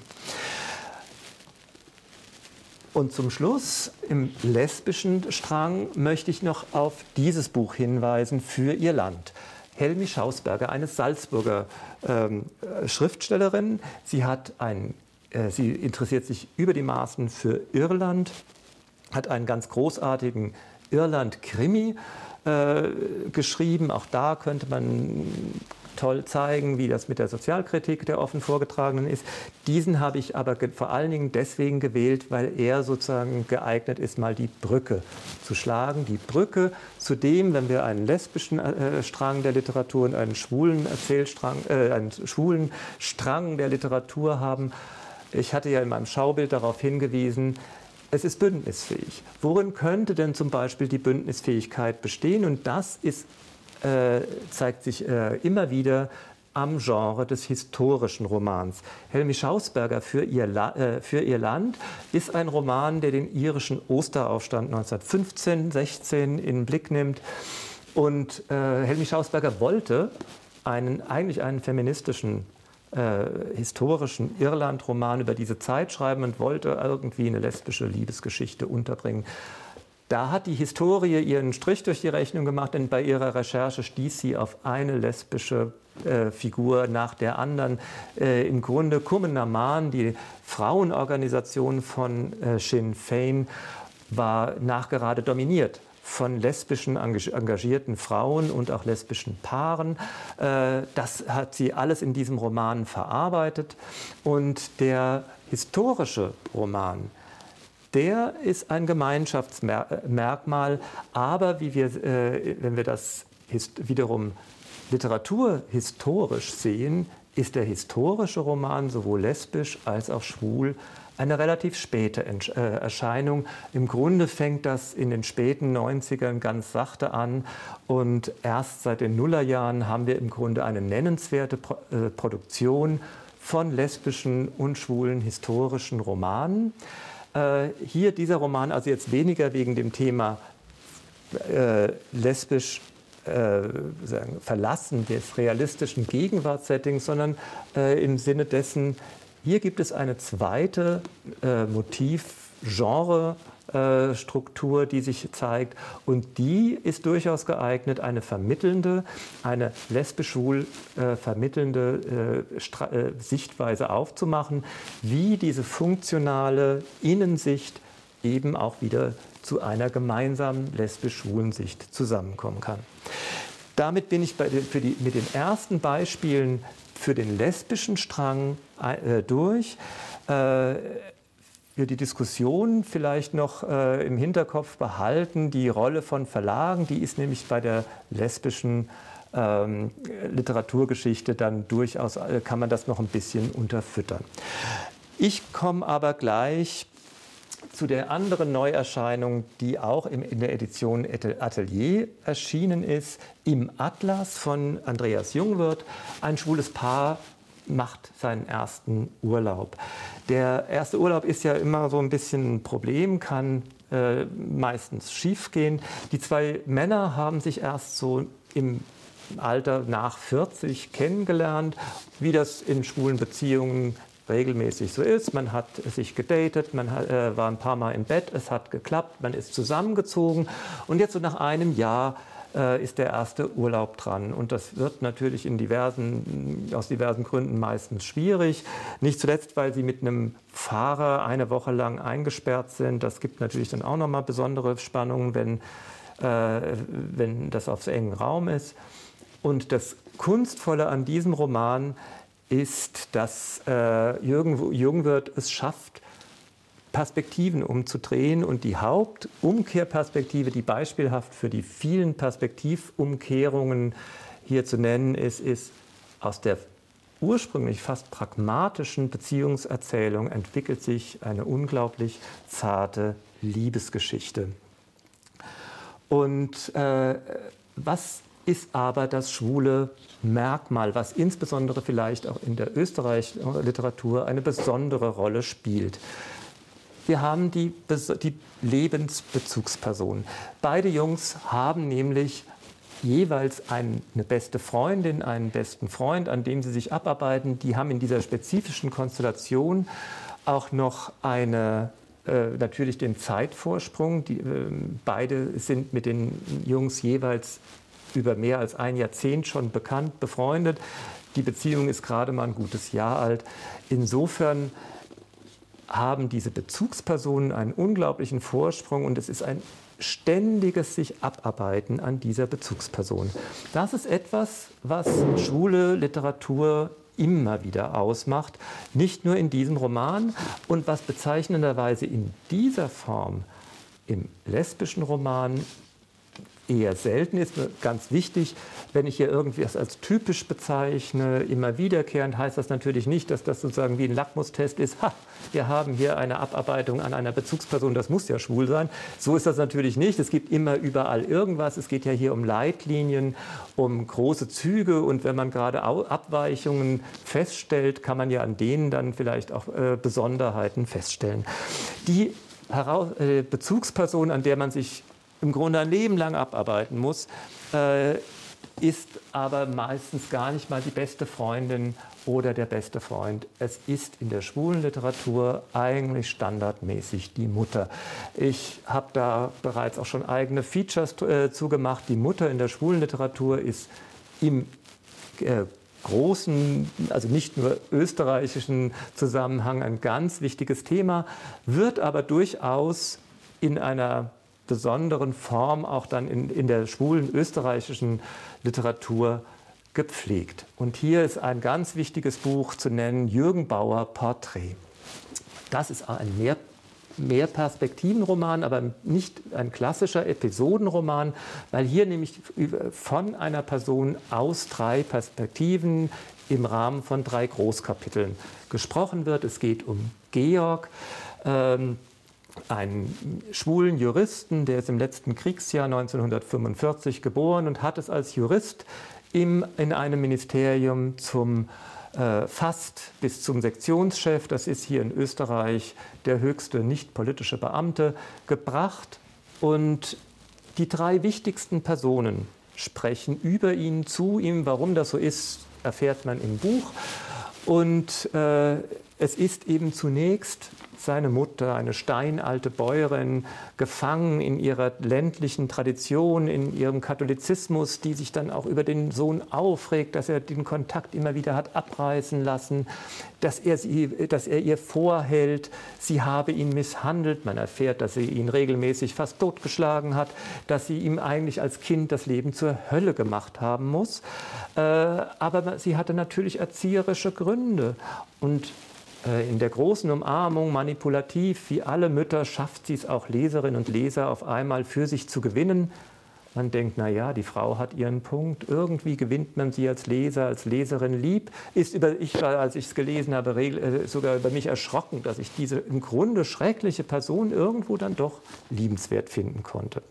Und zum Schluss, im lesbischen Strang, möchte ich noch auf dieses Buch hinweisen, Für ihr Land. Helmi Schausberger, eine Salzburger ähm, Schriftstellerin. Sie, hat ein, äh, sie interessiert sich über die Maßen für Irland, hat einen ganz großartigen Irland-Krimi äh, geschrieben. Auch da könnte man toll zeigen, wie das mit der Sozialkritik der offen vorgetragenen ist. Diesen habe ich aber vor allen Dingen deswegen gewählt, weil er sozusagen geeignet ist, mal die Brücke zu schlagen. Die Brücke zu dem, wenn wir einen lesbischen äh, Strang der Literatur und einen schwulen Erzählstrang, äh, einen schwulen Strang der Literatur haben. Ich hatte ja in meinem Schaubild darauf hingewiesen, es ist bündnisfähig. Worin könnte denn zum Beispiel die Bündnisfähigkeit bestehen? Und das ist Äh, zeigt sich äh, immer wieder am Genre des historischen Romans. Helmi Schausberger für ihr, äh, für ihr Land ist ein Roman, der den irischen Osteraufstand neunzehnhundertfünfzehn sechzehn in den Blick nimmt. Und äh, Helmi Schausberger wollte einen, eigentlich einen feministischen, äh, historischen Irland-Roman über diese Zeit schreiben und wollte irgendwie eine lesbische Liebesgeschichte unterbringen. Da hat die Historie ihren Strich durch die Rechnung gemacht, denn bei ihrer Recherche stieß sie auf eine lesbische äh, Figur nach der anderen. Äh, Im Grunde Cumann na mBan, die Frauenorganisation von äh, Sinn Féin, war nachgerade dominiert von lesbischen engagierten Frauen und auch lesbischen Paaren. Äh, das hat sie alles in diesem Roman verarbeitet. Und der historische Roman, der ist ein Gemeinschaftsmerkmal, aber wie wir, äh, wenn wir das wiederum literaturhistorisch sehen, ist der historische Roman sowohl lesbisch als auch schwul eine relativ späte äh, Erscheinung. Im Grunde fängt das in den späten neunzigern ganz sachte an und erst seit den Nullerjahren haben wir im Grunde eine nennenswerte Pro äh, Produktion von lesbischen und schwulen historischen Romanen. Äh, hier dieser Roman, also jetzt weniger wegen dem Thema äh, lesbisch äh, sagen, Verlassen des realistischen Gegenwartssettings, sondern äh, im Sinne dessen, hier gibt es eine zweite äh, Motiv-Genre- Struktur, die sich zeigt, und die ist durchaus geeignet, eine vermittelnde, eine lesbisch-schwul äh, vermittelnde äh, äh, Sichtweise aufzumachen, wie diese funktionale Innensicht eben auch wieder zu einer gemeinsamen lesbisch-schwulen Sicht zusammenkommen kann. Damit bin ich bei den, für die, mit den ersten Beispielen für den lesbischen Strang äh, durch. Äh, Für die Diskussion vielleicht noch äh, im Hinterkopf behalten, die Rolle von Verlagen, die ist nämlich bei der lesbischen ähm, Literaturgeschichte dann durchaus, äh, kann man das noch ein bisschen unterfüttern. Ich komme aber gleich zu der anderen Neuerscheinung, die auch im, in der Edition Atelier erschienen ist, im Atlas von Andreas Jungwirth, ein schwules Paar macht seinen ersten Urlaub. Der erste Urlaub ist ja immer so ein bisschen ein Problem, kann äh, meistens schiefgehen. Die zwei Männer haben sich erst so im Alter nach vierzig kennengelernt, wie das in schwulen Beziehungen regelmäßig so ist. Man hat sich gedatet, man hat, äh, war ein paar Mal im Bett, es hat geklappt, man ist zusammengezogen, und jetzt so nach einem Jahr äh, ist der erste Urlaub dran. Und das wird natürlich in diversen, aus diversen Gründen meistens schwierig. Nicht zuletzt, weil sie mit einem Fahrer eine Woche lang eingesperrt sind. Das gibt natürlich dann auch nochmal besondere Spannungen, wenn, äh, wenn das auf so engem Raum ist. Und das Kunstvolle an diesem Roman ist, dass äh, Jürgen Jungwirth es schafft, Perspektiven umzudrehen, und die Hauptumkehrperspektive, die beispielhaft für die vielen Perspektivumkehrungen hier zu nennen ist, ist aus der ursprünglich fast pragmatischen Beziehungserzählung entwickelt sich eine unglaublich zarte Liebesgeschichte. Und äh, was ist aber das schwule Merkmal, was insbesondere vielleicht auch in der österreichischen Literatur eine besondere Rolle spielt? Wir haben die, die Lebensbezugsperson. Beide Jungs haben nämlich jeweils eine beste Freundin, einen besten Freund, an dem sie sich abarbeiten. Die haben in dieser spezifischen Konstellation auch noch eine, äh, natürlich den Zeitvorsprung. Die, äh, beide sind mit den Jungs jeweils über mehr als ein Jahrzehnt schon bekannt, befreundet. Die Beziehung ist gerade mal ein gutes Jahr alt. Insofern haben diese Bezugspersonen einen unglaublichen Vorsprung, und es ist ein ständiges sich abarbeiten an dieser Bezugsperson. Das ist etwas, was schwule Literatur immer wieder ausmacht, nicht nur in diesem Roman, und was bezeichnenderweise in dieser Form im lesbischen Roman eher selten ist. Ganz wichtig, wenn ich hier irgendwie das als typisch bezeichne, immer wiederkehrend, heißt das natürlich nicht, dass das sozusagen wie ein Lackmustest ist. Ha, wir haben hier eine Abarbeitung an einer Bezugsperson, das muss ja schwul sein. So ist das natürlich nicht. Es gibt immer überall irgendwas. Es geht ja hier um Leitlinien, um große Züge, und wenn man gerade Abweichungen feststellt, kann man ja an denen dann vielleicht auch äh, Besonderheiten feststellen. Die Heraus- äh, Bezugsperson, an der man sich im Grunde ein Leben lang abarbeiten muss, äh, ist aber meistens gar nicht mal die beste Freundin oder der beste Freund. Es ist in der schwulen Literatur eigentlich standardmäßig die Mutter. Ich habe da bereits auch schon eigene Features äh, zugemacht. Die Mutter in der schwulen Literatur ist im äh, großen, also nicht nur österreichischen Zusammenhang ein ganz wichtiges Thema, wird aber durchaus in einer besonderen Form auch dann in, in der schwulen österreichischen Literatur gepflegt. Und hier ist ein ganz wichtiges Buch zu nennen, Jürgen Bauer, Porträt. Das ist ein mehr, Mehrperspektivenroman, aber nicht ein klassischer Episodenroman, weil hier nämlich von einer Person aus drei Perspektiven im Rahmen von drei Großkapiteln gesprochen wird. Es geht um Georg, ähm, einen schwulen Juristen, der ist im letzten Kriegsjahr neunzehnhundertfünfundvierzig geboren und hat es als Jurist im, in einem Ministerium zum äh, fast bis zum Sektionschef, das ist hier in Österreich der höchste nicht politische Beamte, gebracht. Und die drei wichtigsten Personen sprechen über ihn, zu ihm. Warum das so ist, erfährt man im Buch. Und äh, es ist eben zunächst seine Mutter, eine steinalte Bäuerin, gefangen in ihrer ländlichen Tradition, in ihrem Katholizismus, die sich dann auch über den Sohn aufregt, dass er den Kontakt immer wieder hat abreißen lassen, dass er, sie, dass er ihr vorhält, sie habe ihn misshandelt. Man erfährt, dass sie ihn regelmäßig fast totgeschlagen hat, dass sie ihm eigentlich als Kind das Leben zur Hölle gemacht haben muss. Äh, aber sie hatte natürlich erzieherische Gründe. Und in der großen Umarmung, manipulativ wie alle Mütter, schafft sie es auch, Leserinnen und Leser auf einmal für sich zu gewinnen. Man denkt, na ja, die Frau hat ihren Punkt. Irgendwie gewinnt man sie als Leser, als Leserin lieb. Ist über, ich war, als ich es gelesen habe, sogar über mich erschrocken, dass ich diese im Grunde schreckliche Person irgendwo dann doch liebenswert finden konnte.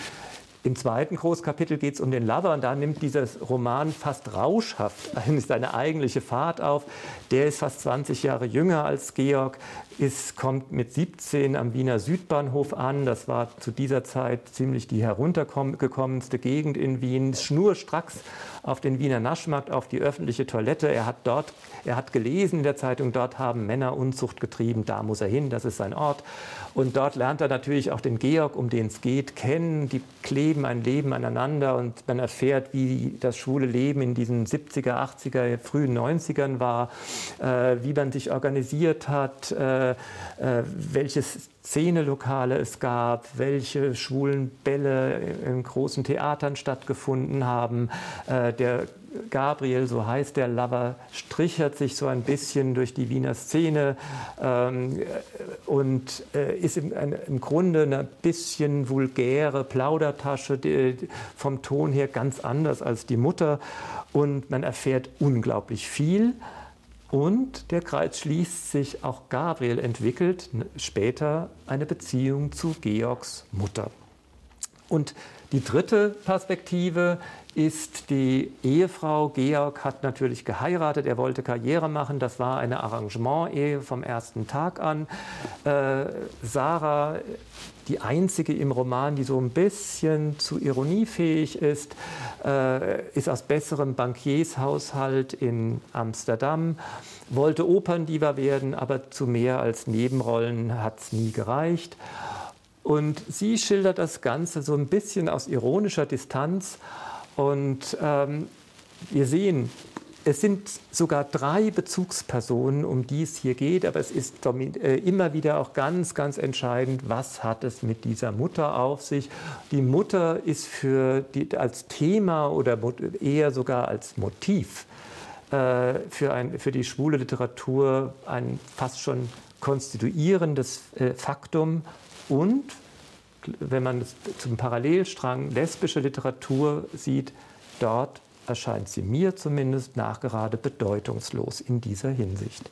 Im zweiten Großkapitel geht es um den Lover und da nimmt dieser Roman fast rauschhaft seine eigentliche Fahrt auf. Der ist fast zwanzig Jahre jünger als Georg, ist, kommt mit siebzehn am Wiener Südbahnhof an. Das war zu dieser Zeit ziemlich die heruntergekommenste Gegend in Wien. Schnurstracks auf den Wiener Naschmarkt, auf die öffentliche Toilette. Er hat dort, er hat gelesen in der Zeitung, dort haben Männer Unzucht getrieben, da muss er hin, das ist sein Ort. Und dort lernt er natürlich auch den Georg, um den es geht, kennen. Die kleben ein Leben aneinander und man erfährt, wie das schwule Leben in diesen siebziger, achtziger, frühen neunzigern war, äh, wie man sich organisiert hat, äh, äh, welche Szenelokale es gab, welche schwulen Bälle in großen Theatern stattgefunden haben. Äh, der Gabriel, so heißt der Lover, strichert sich so ein bisschen durch die Wiener Szene ähm, und äh, ist im, ein, im Grunde eine bisschen vulgäre Plaudertasche, die, vom Ton her ganz anders als die Mutter. Und man erfährt unglaublich viel. Und der Kreis schließt sich, auch Gabriel entwickelt später eine Beziehung zu Georgs Mutter. Und die dritte Perspektive ist die Ehefrau. Georg hat natürlich geheiratet, er wollte Karriere machen, das war eine Arrangement-Ehe vom ersten Tag an. Äh, Sarah, die einzige im Roman, die so ein bisschen zu ironiefähig ist, äh, ist aus besserem Bankiershaushalt in Amsterdam, wollte Operndiva werden, aber zu mehr als Nebenrollen hat es nie gereicht. Und sie schildert das Ganze so ein bisschen aus ironischer Distanz. Und ähm, wir sehen, es sind sogar drei Bezugspersonen, um die es hier geht, aber es ist äh, immer wieder auch ganz, ganz entscheidend, was hat es mit dieser Mutter auf sich. Die Mutter ist für die, als Thema oder eher sogar als Motiv äh, für, ein, für die schwule Literatur ein fast schon konstituierendes äh, Faktum. Und wenn man es zum Parallelstrang lesbische Literatur sieht, dort erscheint sie mir zumindest nachgerade bedeutungslos in dieser Hinsicht.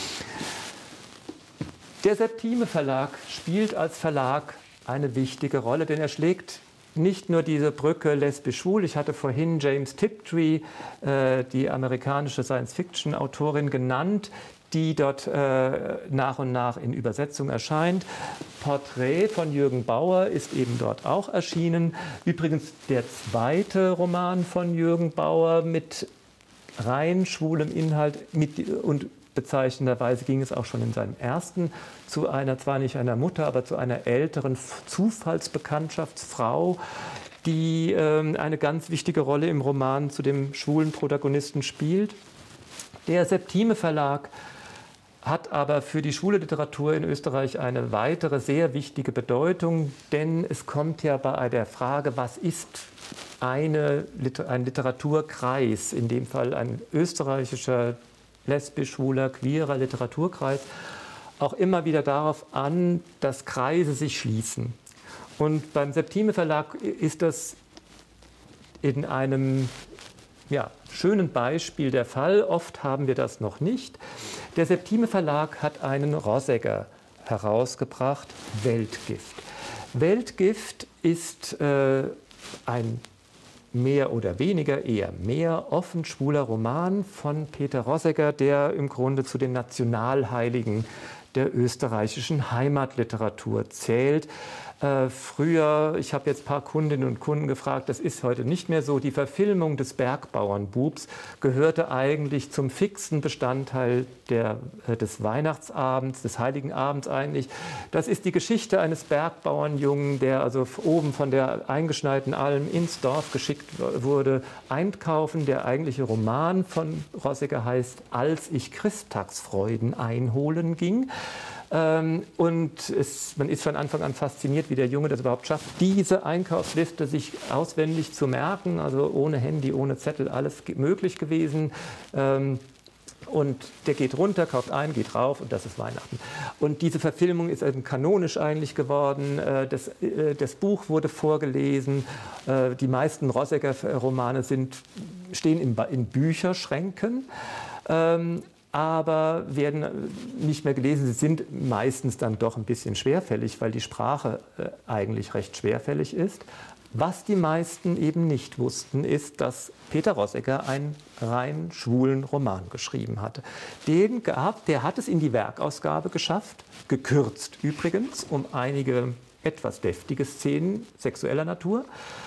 Der Septime Verlag spielt als Verlag eine wichtige Rolle, denn er schlägt nicht nur diese Brücke lesbisch-schwul. Ich hatte vorhin James Tiptree, äh, die amerikanische Science-Fiction-Autorin, genannt, die dort äh, nach und nach in Übersetzung erscheint. Porträt von Jürgen Bauer ist eben dort auch erschienen. Übrigens der zweite Roman von Jürgen Bauer mit rein schwulem Inhalt mit, und bezeichnenderweise ging es auch schon in seinem ersten zu einer, zwar nicht einer Mutter, aber zu einer älteren Zufallsbekanntschaftsfrau, die äh, eine ganz wichtige Rolle im Roman zu dem schwulen Protagonisten spielt. Der Septime Verlag hat aber für die schwule Literatur in Österreich eine weitere sehr wichtige Bedeutung, denn es kommt ja bei der Frage, was ist eine, ein Literaturkreis, in dem Fall ein österreichischer lesbisch-schwuler, queerer Literaturkreis, auch immer wieder darauf an, dass Kreise sich schließen. Und beim Septime Verlag ist das in einem ja, schönen Beispiel der Fall. Oft haben wir das noch nicht. Der Septime Verlag hat einen Rosegger herausgebracht, Weltgift. Weltgift ist äh, ein mehr oder weniger, eher mehr offen schwuler Roman von Peter Rosegger, der im Grunde zu den Nationalheiligen der österreichischen Heimatliteratur zählt. Äh, früher, ich habe jetzt ein paar Kundinnen und Kunden gefragt, das ist heute nicht mehr so, die Verfilmung des Bergbauernbubs gehörte eigentlich zum fixen Bestandteil der, äh, des Weihnachtsabends, des Heiligen Abends eigentlich. Das ist die Geschichte eines Bergbauernjungen, der also oben von der eingeschneiten Alm ins Dorf geschickt wurde, einkaufen. Der eigentliche Roman von Rossecker heißt Als ich Christtagsfreuden einholen ging. Ähm, und es, man ist von Anfang an fasziniert, wie der Junge das überhaupt schafft, diese Einkaufsliste sich auswendig zu merken, also ohne Handy, ohne Zettel, alles möglich gewesen. Ähm, Und der geht runter, kauft ein, geht rauf und das ist Weihnachten. Und diese Verfilmung ist eben kanonisch eigentlich geworden. Das, das Buch wurde vorgelesen. Die meisten Rossecker-Romane sind, stehen in, in Bücherschränken, aber werden nicht mehr gelesen. Sie sind meistens dann doch ein bisschen schwerfällig, weil die Sprache eigentlich recht schwerfällig ist. Was die meisten eben nicht wussten, ist, dass Peter Rossecker einen rein schwulen Roman geschrieben hatte. Den gab, der hat es in die Werkausgabe geschafft, gekürzt übrigens, um einige etwas deftige Szenen sexueller Natur.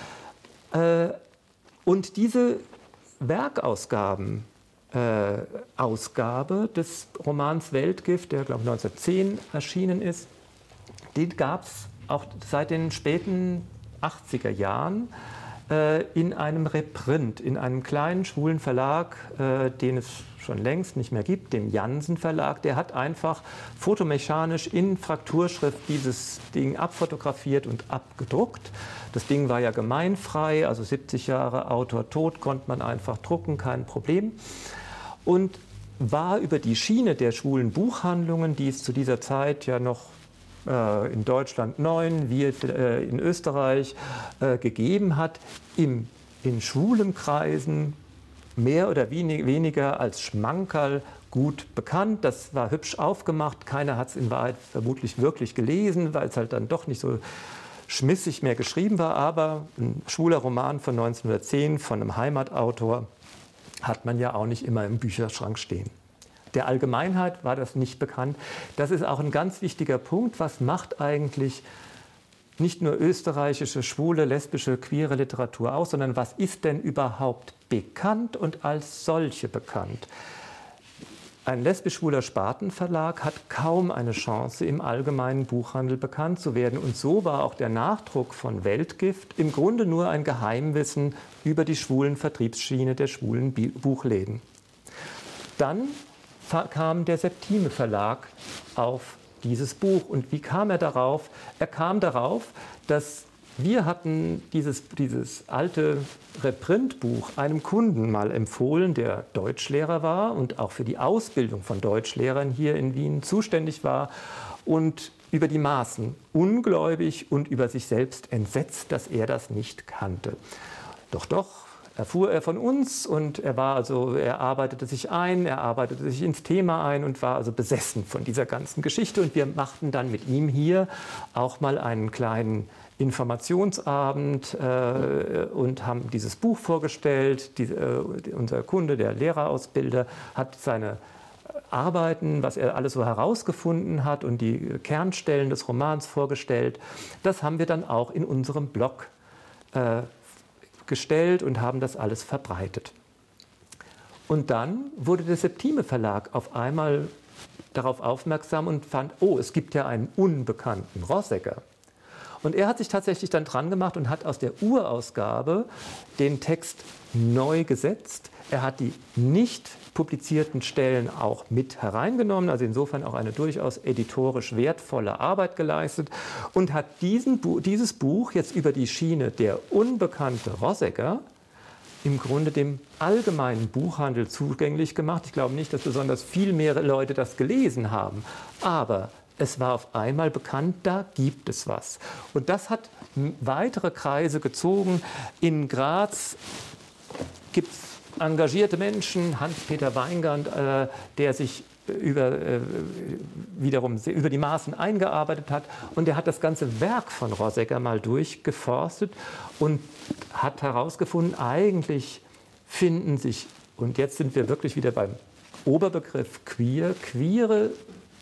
Und diese Werkausgaben, äh, Ausgabe des Romans Weltgift, der glaube ich neunzehnhundertzehn erschienen ist, den gab es auch seit den späten achtziger Jahren äh, in einem Reprint, in einem kleinen schwulen Verlag, äh, den es schon längst nicht mehr gibt, dem Jansen Verlag. Der hat einfach fotomechanisch in Frakturschrift dieses Ding abfotografiert und abgedruckt. Das Ding war ja gemeinfrei, also siebzig Jahre Autor tot, konnte man einfach drucken, kein Problem. Und war über die Schiene der schwulen Buchhandlungen, die es zu dieser Zeit ja noch in Deutschland neun, wie äh, in Österreich äh, gegeben hat, im, in schwulen Kreisen mehr oder wenig, weniger als Schmankerl gut bekannt. Das war hübsch aufgemacht. Keiner hat es in Wahrheit vermutlich wirklich gelesen, weil es halt dann doch nicht so schmissig mehr geschrieben war. Aber ein schwuler Roman von neunzehnhundertzehn von einem Heimatautor hat man ja auch nicht immer im Bücherschrank stehen. Der Allgemeinheit war das nicht bekannt. Das ist auch ein ganz wichtiger Punkt. Was macht eigentlich nicht nur österreichische, schwule, lesbische, queere Literatur aus, sondern was ist denn überhaupt bekannt und als solche bekannt? Ein lesbisch-schwuler Spartenverlag hat kaum eine Chance, im allgemeinen Buchhandel bekannt zu werden. Und so war auch der Nachdruck von Weltgift im Grunde nur ein Geheimwissen über die schwulen Vertriebsschiene der schwulen Buchläden. Dann kam der Septime Verlag auf dieses Buch. Und wie kam er darauf? Er kam darauf, dass wir hatten dieses, dieses alte Reprintbuch einem Kunden mal empfohlen, der Deutschlehrer war und auch für die Ausbildung von Deutschlehrern hier in Wien zuständig war und über die Maßen ungläubig und über sich selbst entsetzt, dass er das nicht kannte. Doch, doch. Erfuhr er von uns und er war also, er arbeitete sich ein, er arbeitete sich ins Thema ein und war also besessen von dieser ganzen Geschichte. Und wir machten dann mit ihm hier auch mal einen kleinen Informationsabend äh, und haben dieses Buch vorgestellt. Die, äh, unser Kunde, der Lehrerausbilder, hat seine Arbeiten, was er alles so herausgefunden hat und die Kernstellen des Romans vorgestellt. Das haben wir dann auch in unserem Blog äh, gestellt und haben das alles verbreitet. Und dann wurde der Septime Verlag auf einmal darauf aufmerksam und fand, oh, es gibt ja einen unbekannten Rossecker. Und er hat sich tatsächlich dann dran gemacht und hat aus der Urausgabe den Text neu gesetzt. Er hat die nicht publizierten Stellen auch mit hereingenommen, also insofern auch eine durchaus editorisch wertvolle Arbeit geleistet und hat diesen, dieses Buch jetzt über die Schiene der unbekannte Rossecker im Grunde dem allgemeinen Buchhandel zugänglich gemacht. Ich glaube nicht, dass besonders viel mehr Leute das gelesen haben, aber es war auf einmal bekannt, da gibt es was. Und das hat weitere Kreise gezogen. In Graz gibt es engagierte Menschen, Hans-Peter Weingart, äh, der sich über, äh, wiederum über die Maßen eingearbeitet hat. Und der hat das ganze Werk von Rossecker mal durchgeforstet und hat herausgefunden, eigentlich finden sich, und jetzt sind wir wirklich wieder beim Oberbegriff queer, queere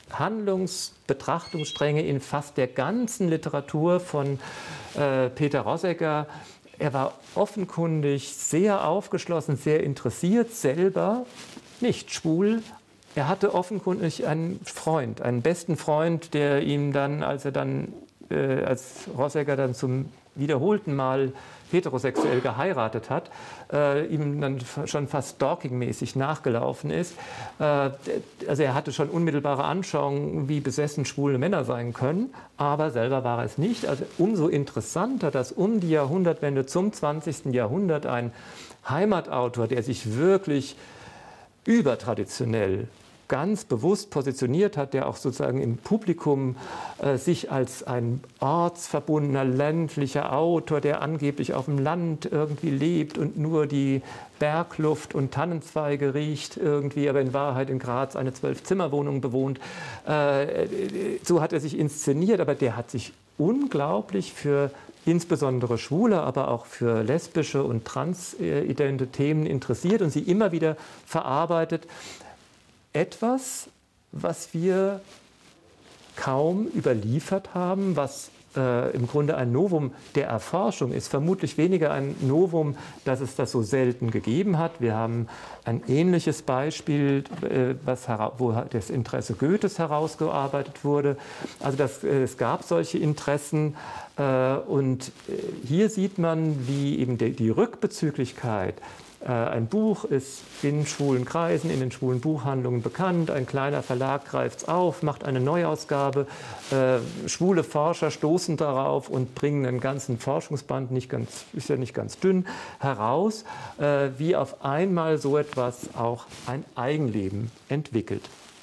Handlungsbetrachtungsstränge in fast der ganzen Literatur von äh, Peter Rosegger. Er war offenkundig sehr aufgeschlossen, sehr interessiert, selber nicht schwul. Er hatte offenkundig einen Freund, einen besten Freund, der ihm dann, als er dann, äh, als Rosegger dann zum wiederholten Mal heterosexuell geheiratet hat, äh, ihm dann schon fast stalkingmäßig nachgelaufen ist. Äh, also er hatte schon unmittelbare Anschauungen, wie besessen schwule Männer sein können, aber selber war er es nicht. Also umso interessanter, dass um die Jahrhundertwende zum zwanzigsten Jahrhundert ein Heimatautor, der sich wirklich übertraditionell ganz bewusst positioniert hat, der auch sozusagen im Publikum äh, sich als ein ortsverbundener, ländlicher Autor, der angeblich auf dem Land irgendwie lebt und nur die Bergluft und Tannenzweige riecht irgendwie, aber in Wahrheit in Graz eine Zwölf-Zimmer-Wohnung bewohnt. Äh, so hat er sich inszeniert, aber der hat sich unglaublich für insbesondere schwule, aber auch für lesbische und transidente Themen interessiert und sie immer wieder verarbeitet. Etwas, was wir kaum überliefert haben, was äh, im Grunde ein Novum der Erforschung ist, vermutlich weniger ein Novum, dass es das so selten gegeben hat. Wir haben ein ähnliches Beispiel, äh, was, wo das Interesse Goethes herausgearbeitet wurde. Also das, äh, es gab solche Interessen äh, und äh, hier sieht man, wie eben die, die Rückbezüglichkeit. Ein Buch ist in schwulen Kreisen, in den schwulen Buchhandlungen bekannt. Ein kleiner Verlag greift es auf, macht eine Neuausgabe. Äh, schwule Forscher stoßen darauf und bringen einen ganzen Forschungsband, nicht ganz, ist ja nicht ganz dünn, heraus, äh, wie auf einmal so etwas auch ein Eigenleben entwickelt.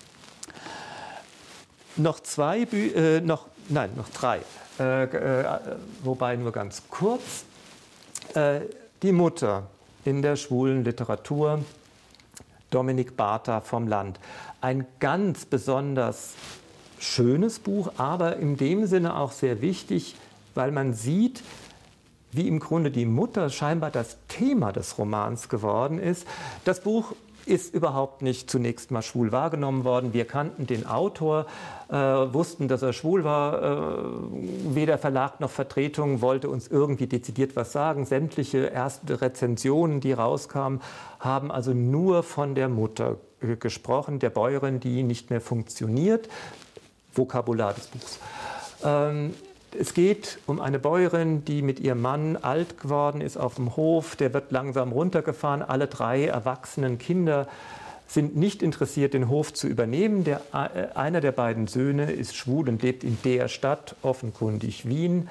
Noch zwei, Bü äh, noch, nein, noch drei, äh, äh, wobei nur ganz kurz. Äh, die Mutter in der schwulen Literatur, Dominik Bartha vom Land. Ein ganz besonders schönes Buch, aber in dem Sinne auch sehr wichtig, weil man sieht, wie im Grunde die Mutter scheinbar das Thema des Romans geworden ist. Das Buch ist überhaupt nicht zunächst mal schwul wahrgenommen worden. Wir kannten den Autor, äh, wussten, dass er schwul war. Äh, weder Verlag noch Vertretung wollte uns irgendwie dezidiert was sagen. Sämtliche erste Rezensionen, die rauskamen, haben also nur von der Mutter äh, gesprochen, der Bäuerin, die nicht mehr funktioniert. Vokabular des Buchs. Ähm, Es geht um eine Bäuerin, die mit ihrem Mann alt geworden ist auf dem Hof. Der wird langsam runtergefahren. Alle drei erwachsenen Kinder sind nicht interessiert, den Hof zu übernehmen. Der, äh, einer der beiden Söhne ist schwul und lebt in der Stadt, offenkundig Wien.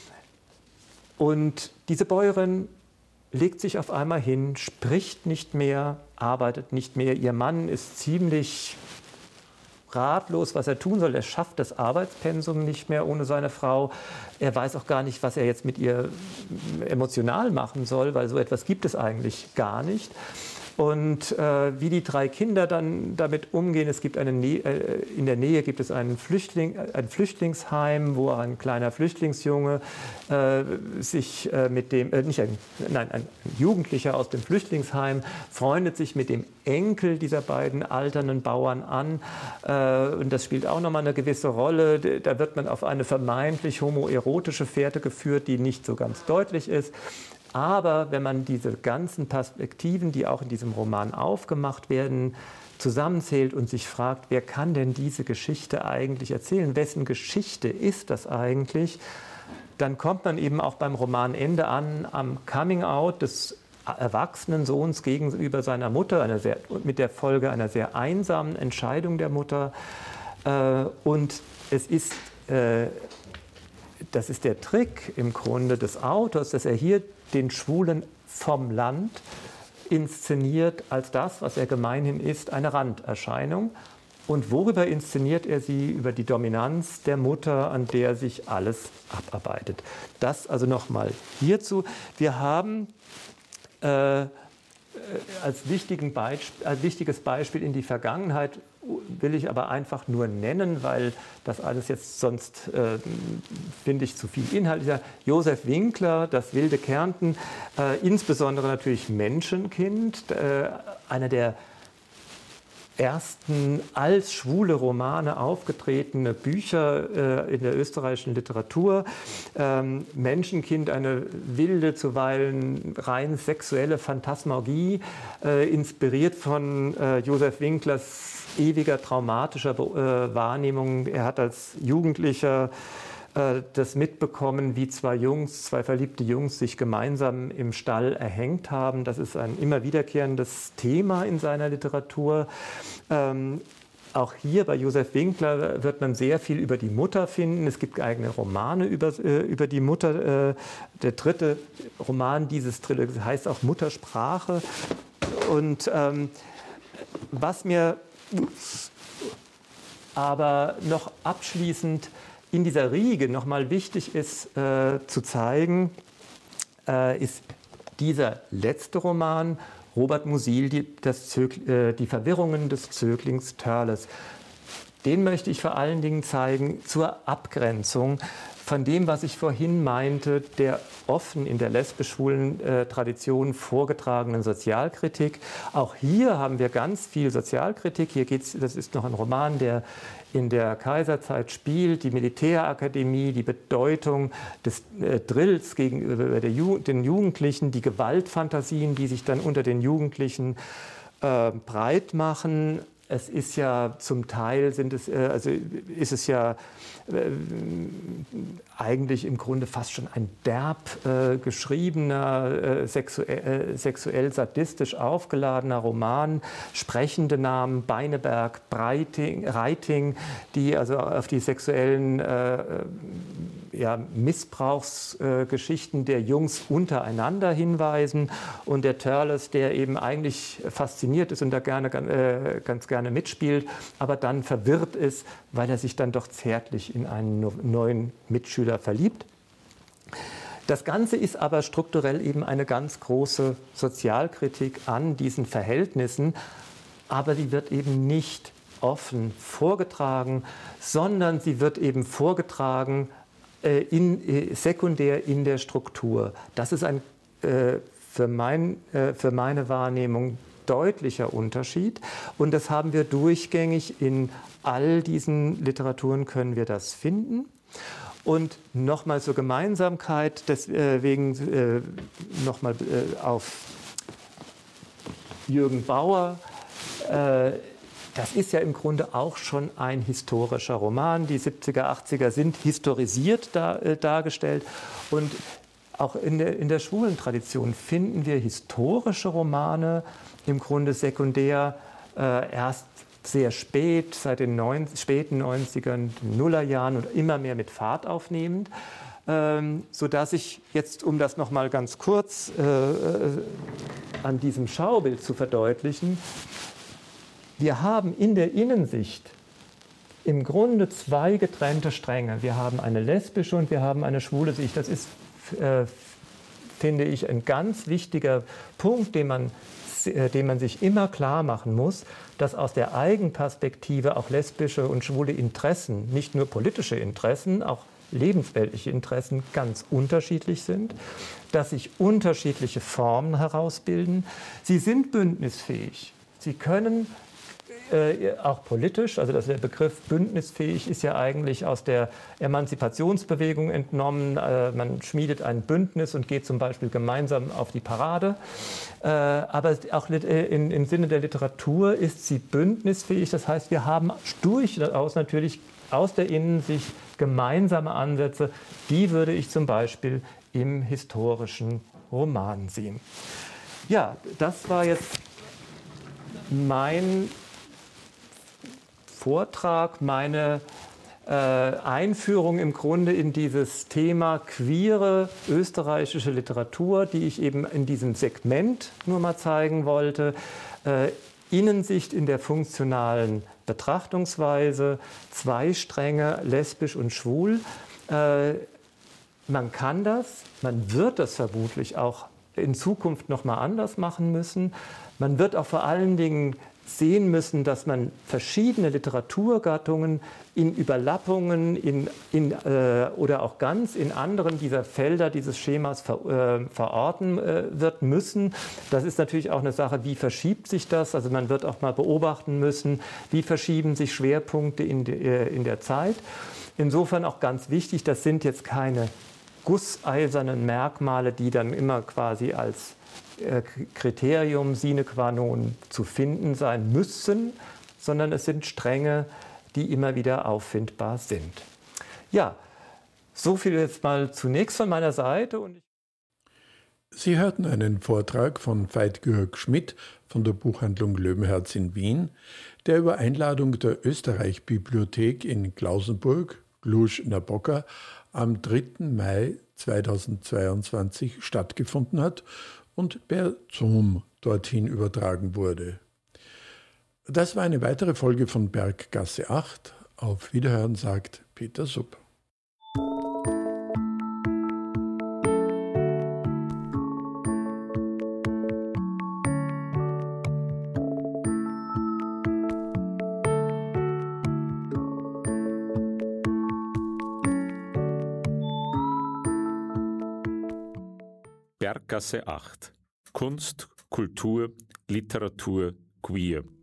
Und diese Bäuerin legt sich auf einmal hin, spricht nicht mehr, arbeitet nicht mehr. Ihr Mann ist ziemlich ratlos, was er tun soll. Er schafft das Arbeitspensum nicht mehr ohne seine Frau. Er weiß auch gar nicht, was er jetzt mit ihr emotional machen soll, weil so etwas gibt es eigentlich gar nicht. Und äh, wie die drei Kinder dann damit umgehen, es gibt eine Nä äh, in der Nähe gibt es einen Flüchtling, ein Flüchtlingsheim, wo ein kleiner Flüchtlingsjunge äh, sich äh, mit dem, äh, nicht ein, nein, ein Jugendlicher aus dem Flüchtlingsheim freundet sich mit dem Enkel dieser beiden alternden Bauern an. Äh, und das spielt auch nochmal eine gewisse Rolle. Da wird man auf eine vermeintlich homoerotische Fährte geführt, die nicht so ganz deutlich ist. Aber wenn man diese ganzen Perspektiven, die auch in diesem Roman aufgemacht werden, zusammenzählt und sich fragt, wer kann denn diese Geschichte eigentlich erzählen? Wessen Geschichte ist das eigentlich? Dann kommt man eben auch beim Romanende an, am Coming-out des erwachsenen Sohns gegenüber seiner Mutter, einer sehr, mit der Folge einer sehr einsamen Entscheidung der Mutter. Und es ist, das ist der Trick im Grunde des Autors, dass er hier den Schwulen vom Land inszeniert als das, was er gemeinhin ist, eine Randerscheinung. Und worüber inszeniert er sie? Über die Dominanz der Mutter, an der sich alles abarbeitet. Das also nochmal hierzu. Wir haben äh, als, wichtigen Beisp- als wichtiges Beispiel in die Vergangenheit, will ich aber einfach nur nennen, weil das alles jetzt sonst, äh, finde ich, zu viel Inhalt ist. Josef Winkler, Das wilde Kärnten, äh, insbesondere natürlich Menschenkind, äh, einer der ersten als schwule Romane aufgetretene Bücher äh, in der österreichischen Literatur. Ähm, Menschenkind, eine wilde, zuweilen rein sexuelle Phantasmagorie, äh, inspiriert von äh, Josef Winklers ewiger traumatischer äh, Wahrnehmung. Er hat als Jugendlicher äh, das mitbekommen, wie zwei Jungs, zwei verliebte Jungs sich gemeinsam im Stall erhängt haben. Das ist ein immer wiederkehrendes Thema in seiner Literatur. Ähm, auch hier bei Josef Winkler wird man sehr viel über die Mutter finden. Es gibt eigene Romane über, äh, über die Mutter. Äh, der dritte Roman dieses Trilogie heißt auch Muttersprache. Und ähm, was mir aber noch abschließend in dieser Riege nochmal wichtig ist äh, zu zeigen, äh, ist dieser letzte Roman, Robert Musil, die, das Zög, äh, die Verwirrungen des Zöglings Törles. Den möchte ich vor allen Dingen zeigen zur Abgrenzung von dem, was ich vorhin meinte, der offen in der lesbisch-schwulen äh, Tradition vorgetragenen Sozialkritik. Auch hier haben wir ganz viel Sozialkritik. Hier geht's, das ist noch ein Roman, der in der Kaiserzeit spielt, die Militärakademie, die Bedeutung des äh, Drills gegenüber der Ju- den Jugendlichen, die Gewaltfantasien, die sich dann unter den Jugendlichen äh, breit machen. Es ist ja zum Teil sind es, äh, also ist es ja äh, eigentlich im Grunde fast schon ein derb äh, geschriebener, äh, sexuell, äh, sexuell sadistisch aufgeladener Roman. Sprechende Namen, Beineberg, Breiting, Reiting, die also auf die sexuellen äh, ja, Missbrauchsgeschichten äh, der Jungs untereinander hinweisen. Und der Törles, der eben eigentlich fasziniert ist und da gerne, äh, ganz gerne mitspielt, aber dann verwirrt ist, weil er sich dann doch zärtlich in einen neuen Mitschüler verliebt. Das Ganze ist aber strukturell eben eine ganz große Sozialkritik an diesen Verhältnissen, aber sie wird eben nicht offen vorgetragen, sondern sie wird eben vorgetragen äh, in, äh, sekundär in der Struktur. Das ist ein äh, für, mein, äh, für meine Wahrnehmung deutlicher Unterschied und das haben wir durchgängig in all diesen Literaturen können wir das finden. Und nochmal zur Gemeinsamkeit, deswegen äh, nochmal äh, auf Jürgen Bauer. Äh, das ist ja im Grunde auch schon ein historischer Roman. Die siebziger, achtziger sind historisiert da, äh, dargestellt. Und auch in der, in der schwulen Tradition finden wir historische Romane, im Grunde sekundär äh, erst sehr spät, seit den neun, späten neunzigern, Nullerjahren und immer mehr mit Fahrt aufnehmend, ähm, sodass ich jetzt, um das noch mal ganz kurz äh, an diesem Schaubild zu verdeutlichen, wir haben in der Innensicht im Grunde zwei getrennte Stränge. Wir haben eine lesbische und wir haben eine schwule Sicht. Das ist, äh, finde ich, ein ganz wichtiger Punkt, den man dem man sich immer klar machen muss, dass aus der Eigenperspektive auch lesbische und schwule Interessen, nicht nur politische Interessen, auch lebensweltliche Interessen ganz unterschiedlich sind, dass sich unterschiedliche Formen herausbilden. Sie sind bündnisfähig. Sie können äh, auch politisch, also der Begriff bündnisfähig ist ja eigentlich aus der Emanzipationsbewegung entnommen. Äh, man schmiedet ein Bündnis und geht zum Beispiel gemeinsam auf die Parade. Äh, aber auch in, im Sinne der Literatur ist sie bündnisfähig. Das heißt, wir haben durchaus natürlich aus der Innensicht gemeinsame Ansätze. Die würde ich zum Beispiel im historischen Roman sehen. Ja, das war jetzt mein Vortrag, meine äh, Einführung im Grunde in dieses Thema queere österreichische Literatur, die ich eben in diesem Segment nur mal zeigen wollte. Äh, Innensicht in der funktionalen Betrachtungsweise, zwei Stränge, lesbisch und schwul. Äh, man kann das, man wird das vermutlich auch in Zukunft noch mal anders machen müssen. Man wird auch vor allen Dingen sehen müssen, dass man verschiedene Literaturgattungen in Überlappungen in, in, äh, oder auch ganz in anderen dieser Felder dieses Schemas ver, äh, verorten äh, wird müssen. Das ist natürlich auch eine Sache, wie verschiebt sich das? Also man wird auch mal beobachten müssen, wie verschieben sich Schwerpunkte in, de, äh, in der Zeit. Insofern auch ganz wichtig, das sind jetzt keine gusseisernen Merkmale, die dann immer quasi als Kriterium sine qua non zu finden sein müssen, sondern es sind Stränge, die immer wieder auffindbar sind. Ja, so viel jetzt mal zunächst von meiner Seite. Und Sie hörten einen Vortrag von Veit-Georg Schmidt von der Buchhandlung Löwenherz in Wien, der über Einladung der Österreich-Bibliothek in Klausenburg, Cluj-Napoca, am dritten Mai zweitausendzweiundzwanzig stattgefunden hat und per Zoom dorthin übertragen wurde. Das war eine weitere Folge von Berggasse acht. Auf Wiederhören sagt Peter Supp. Berggasse acht. Kunst, Kultur, Literatur, Queer.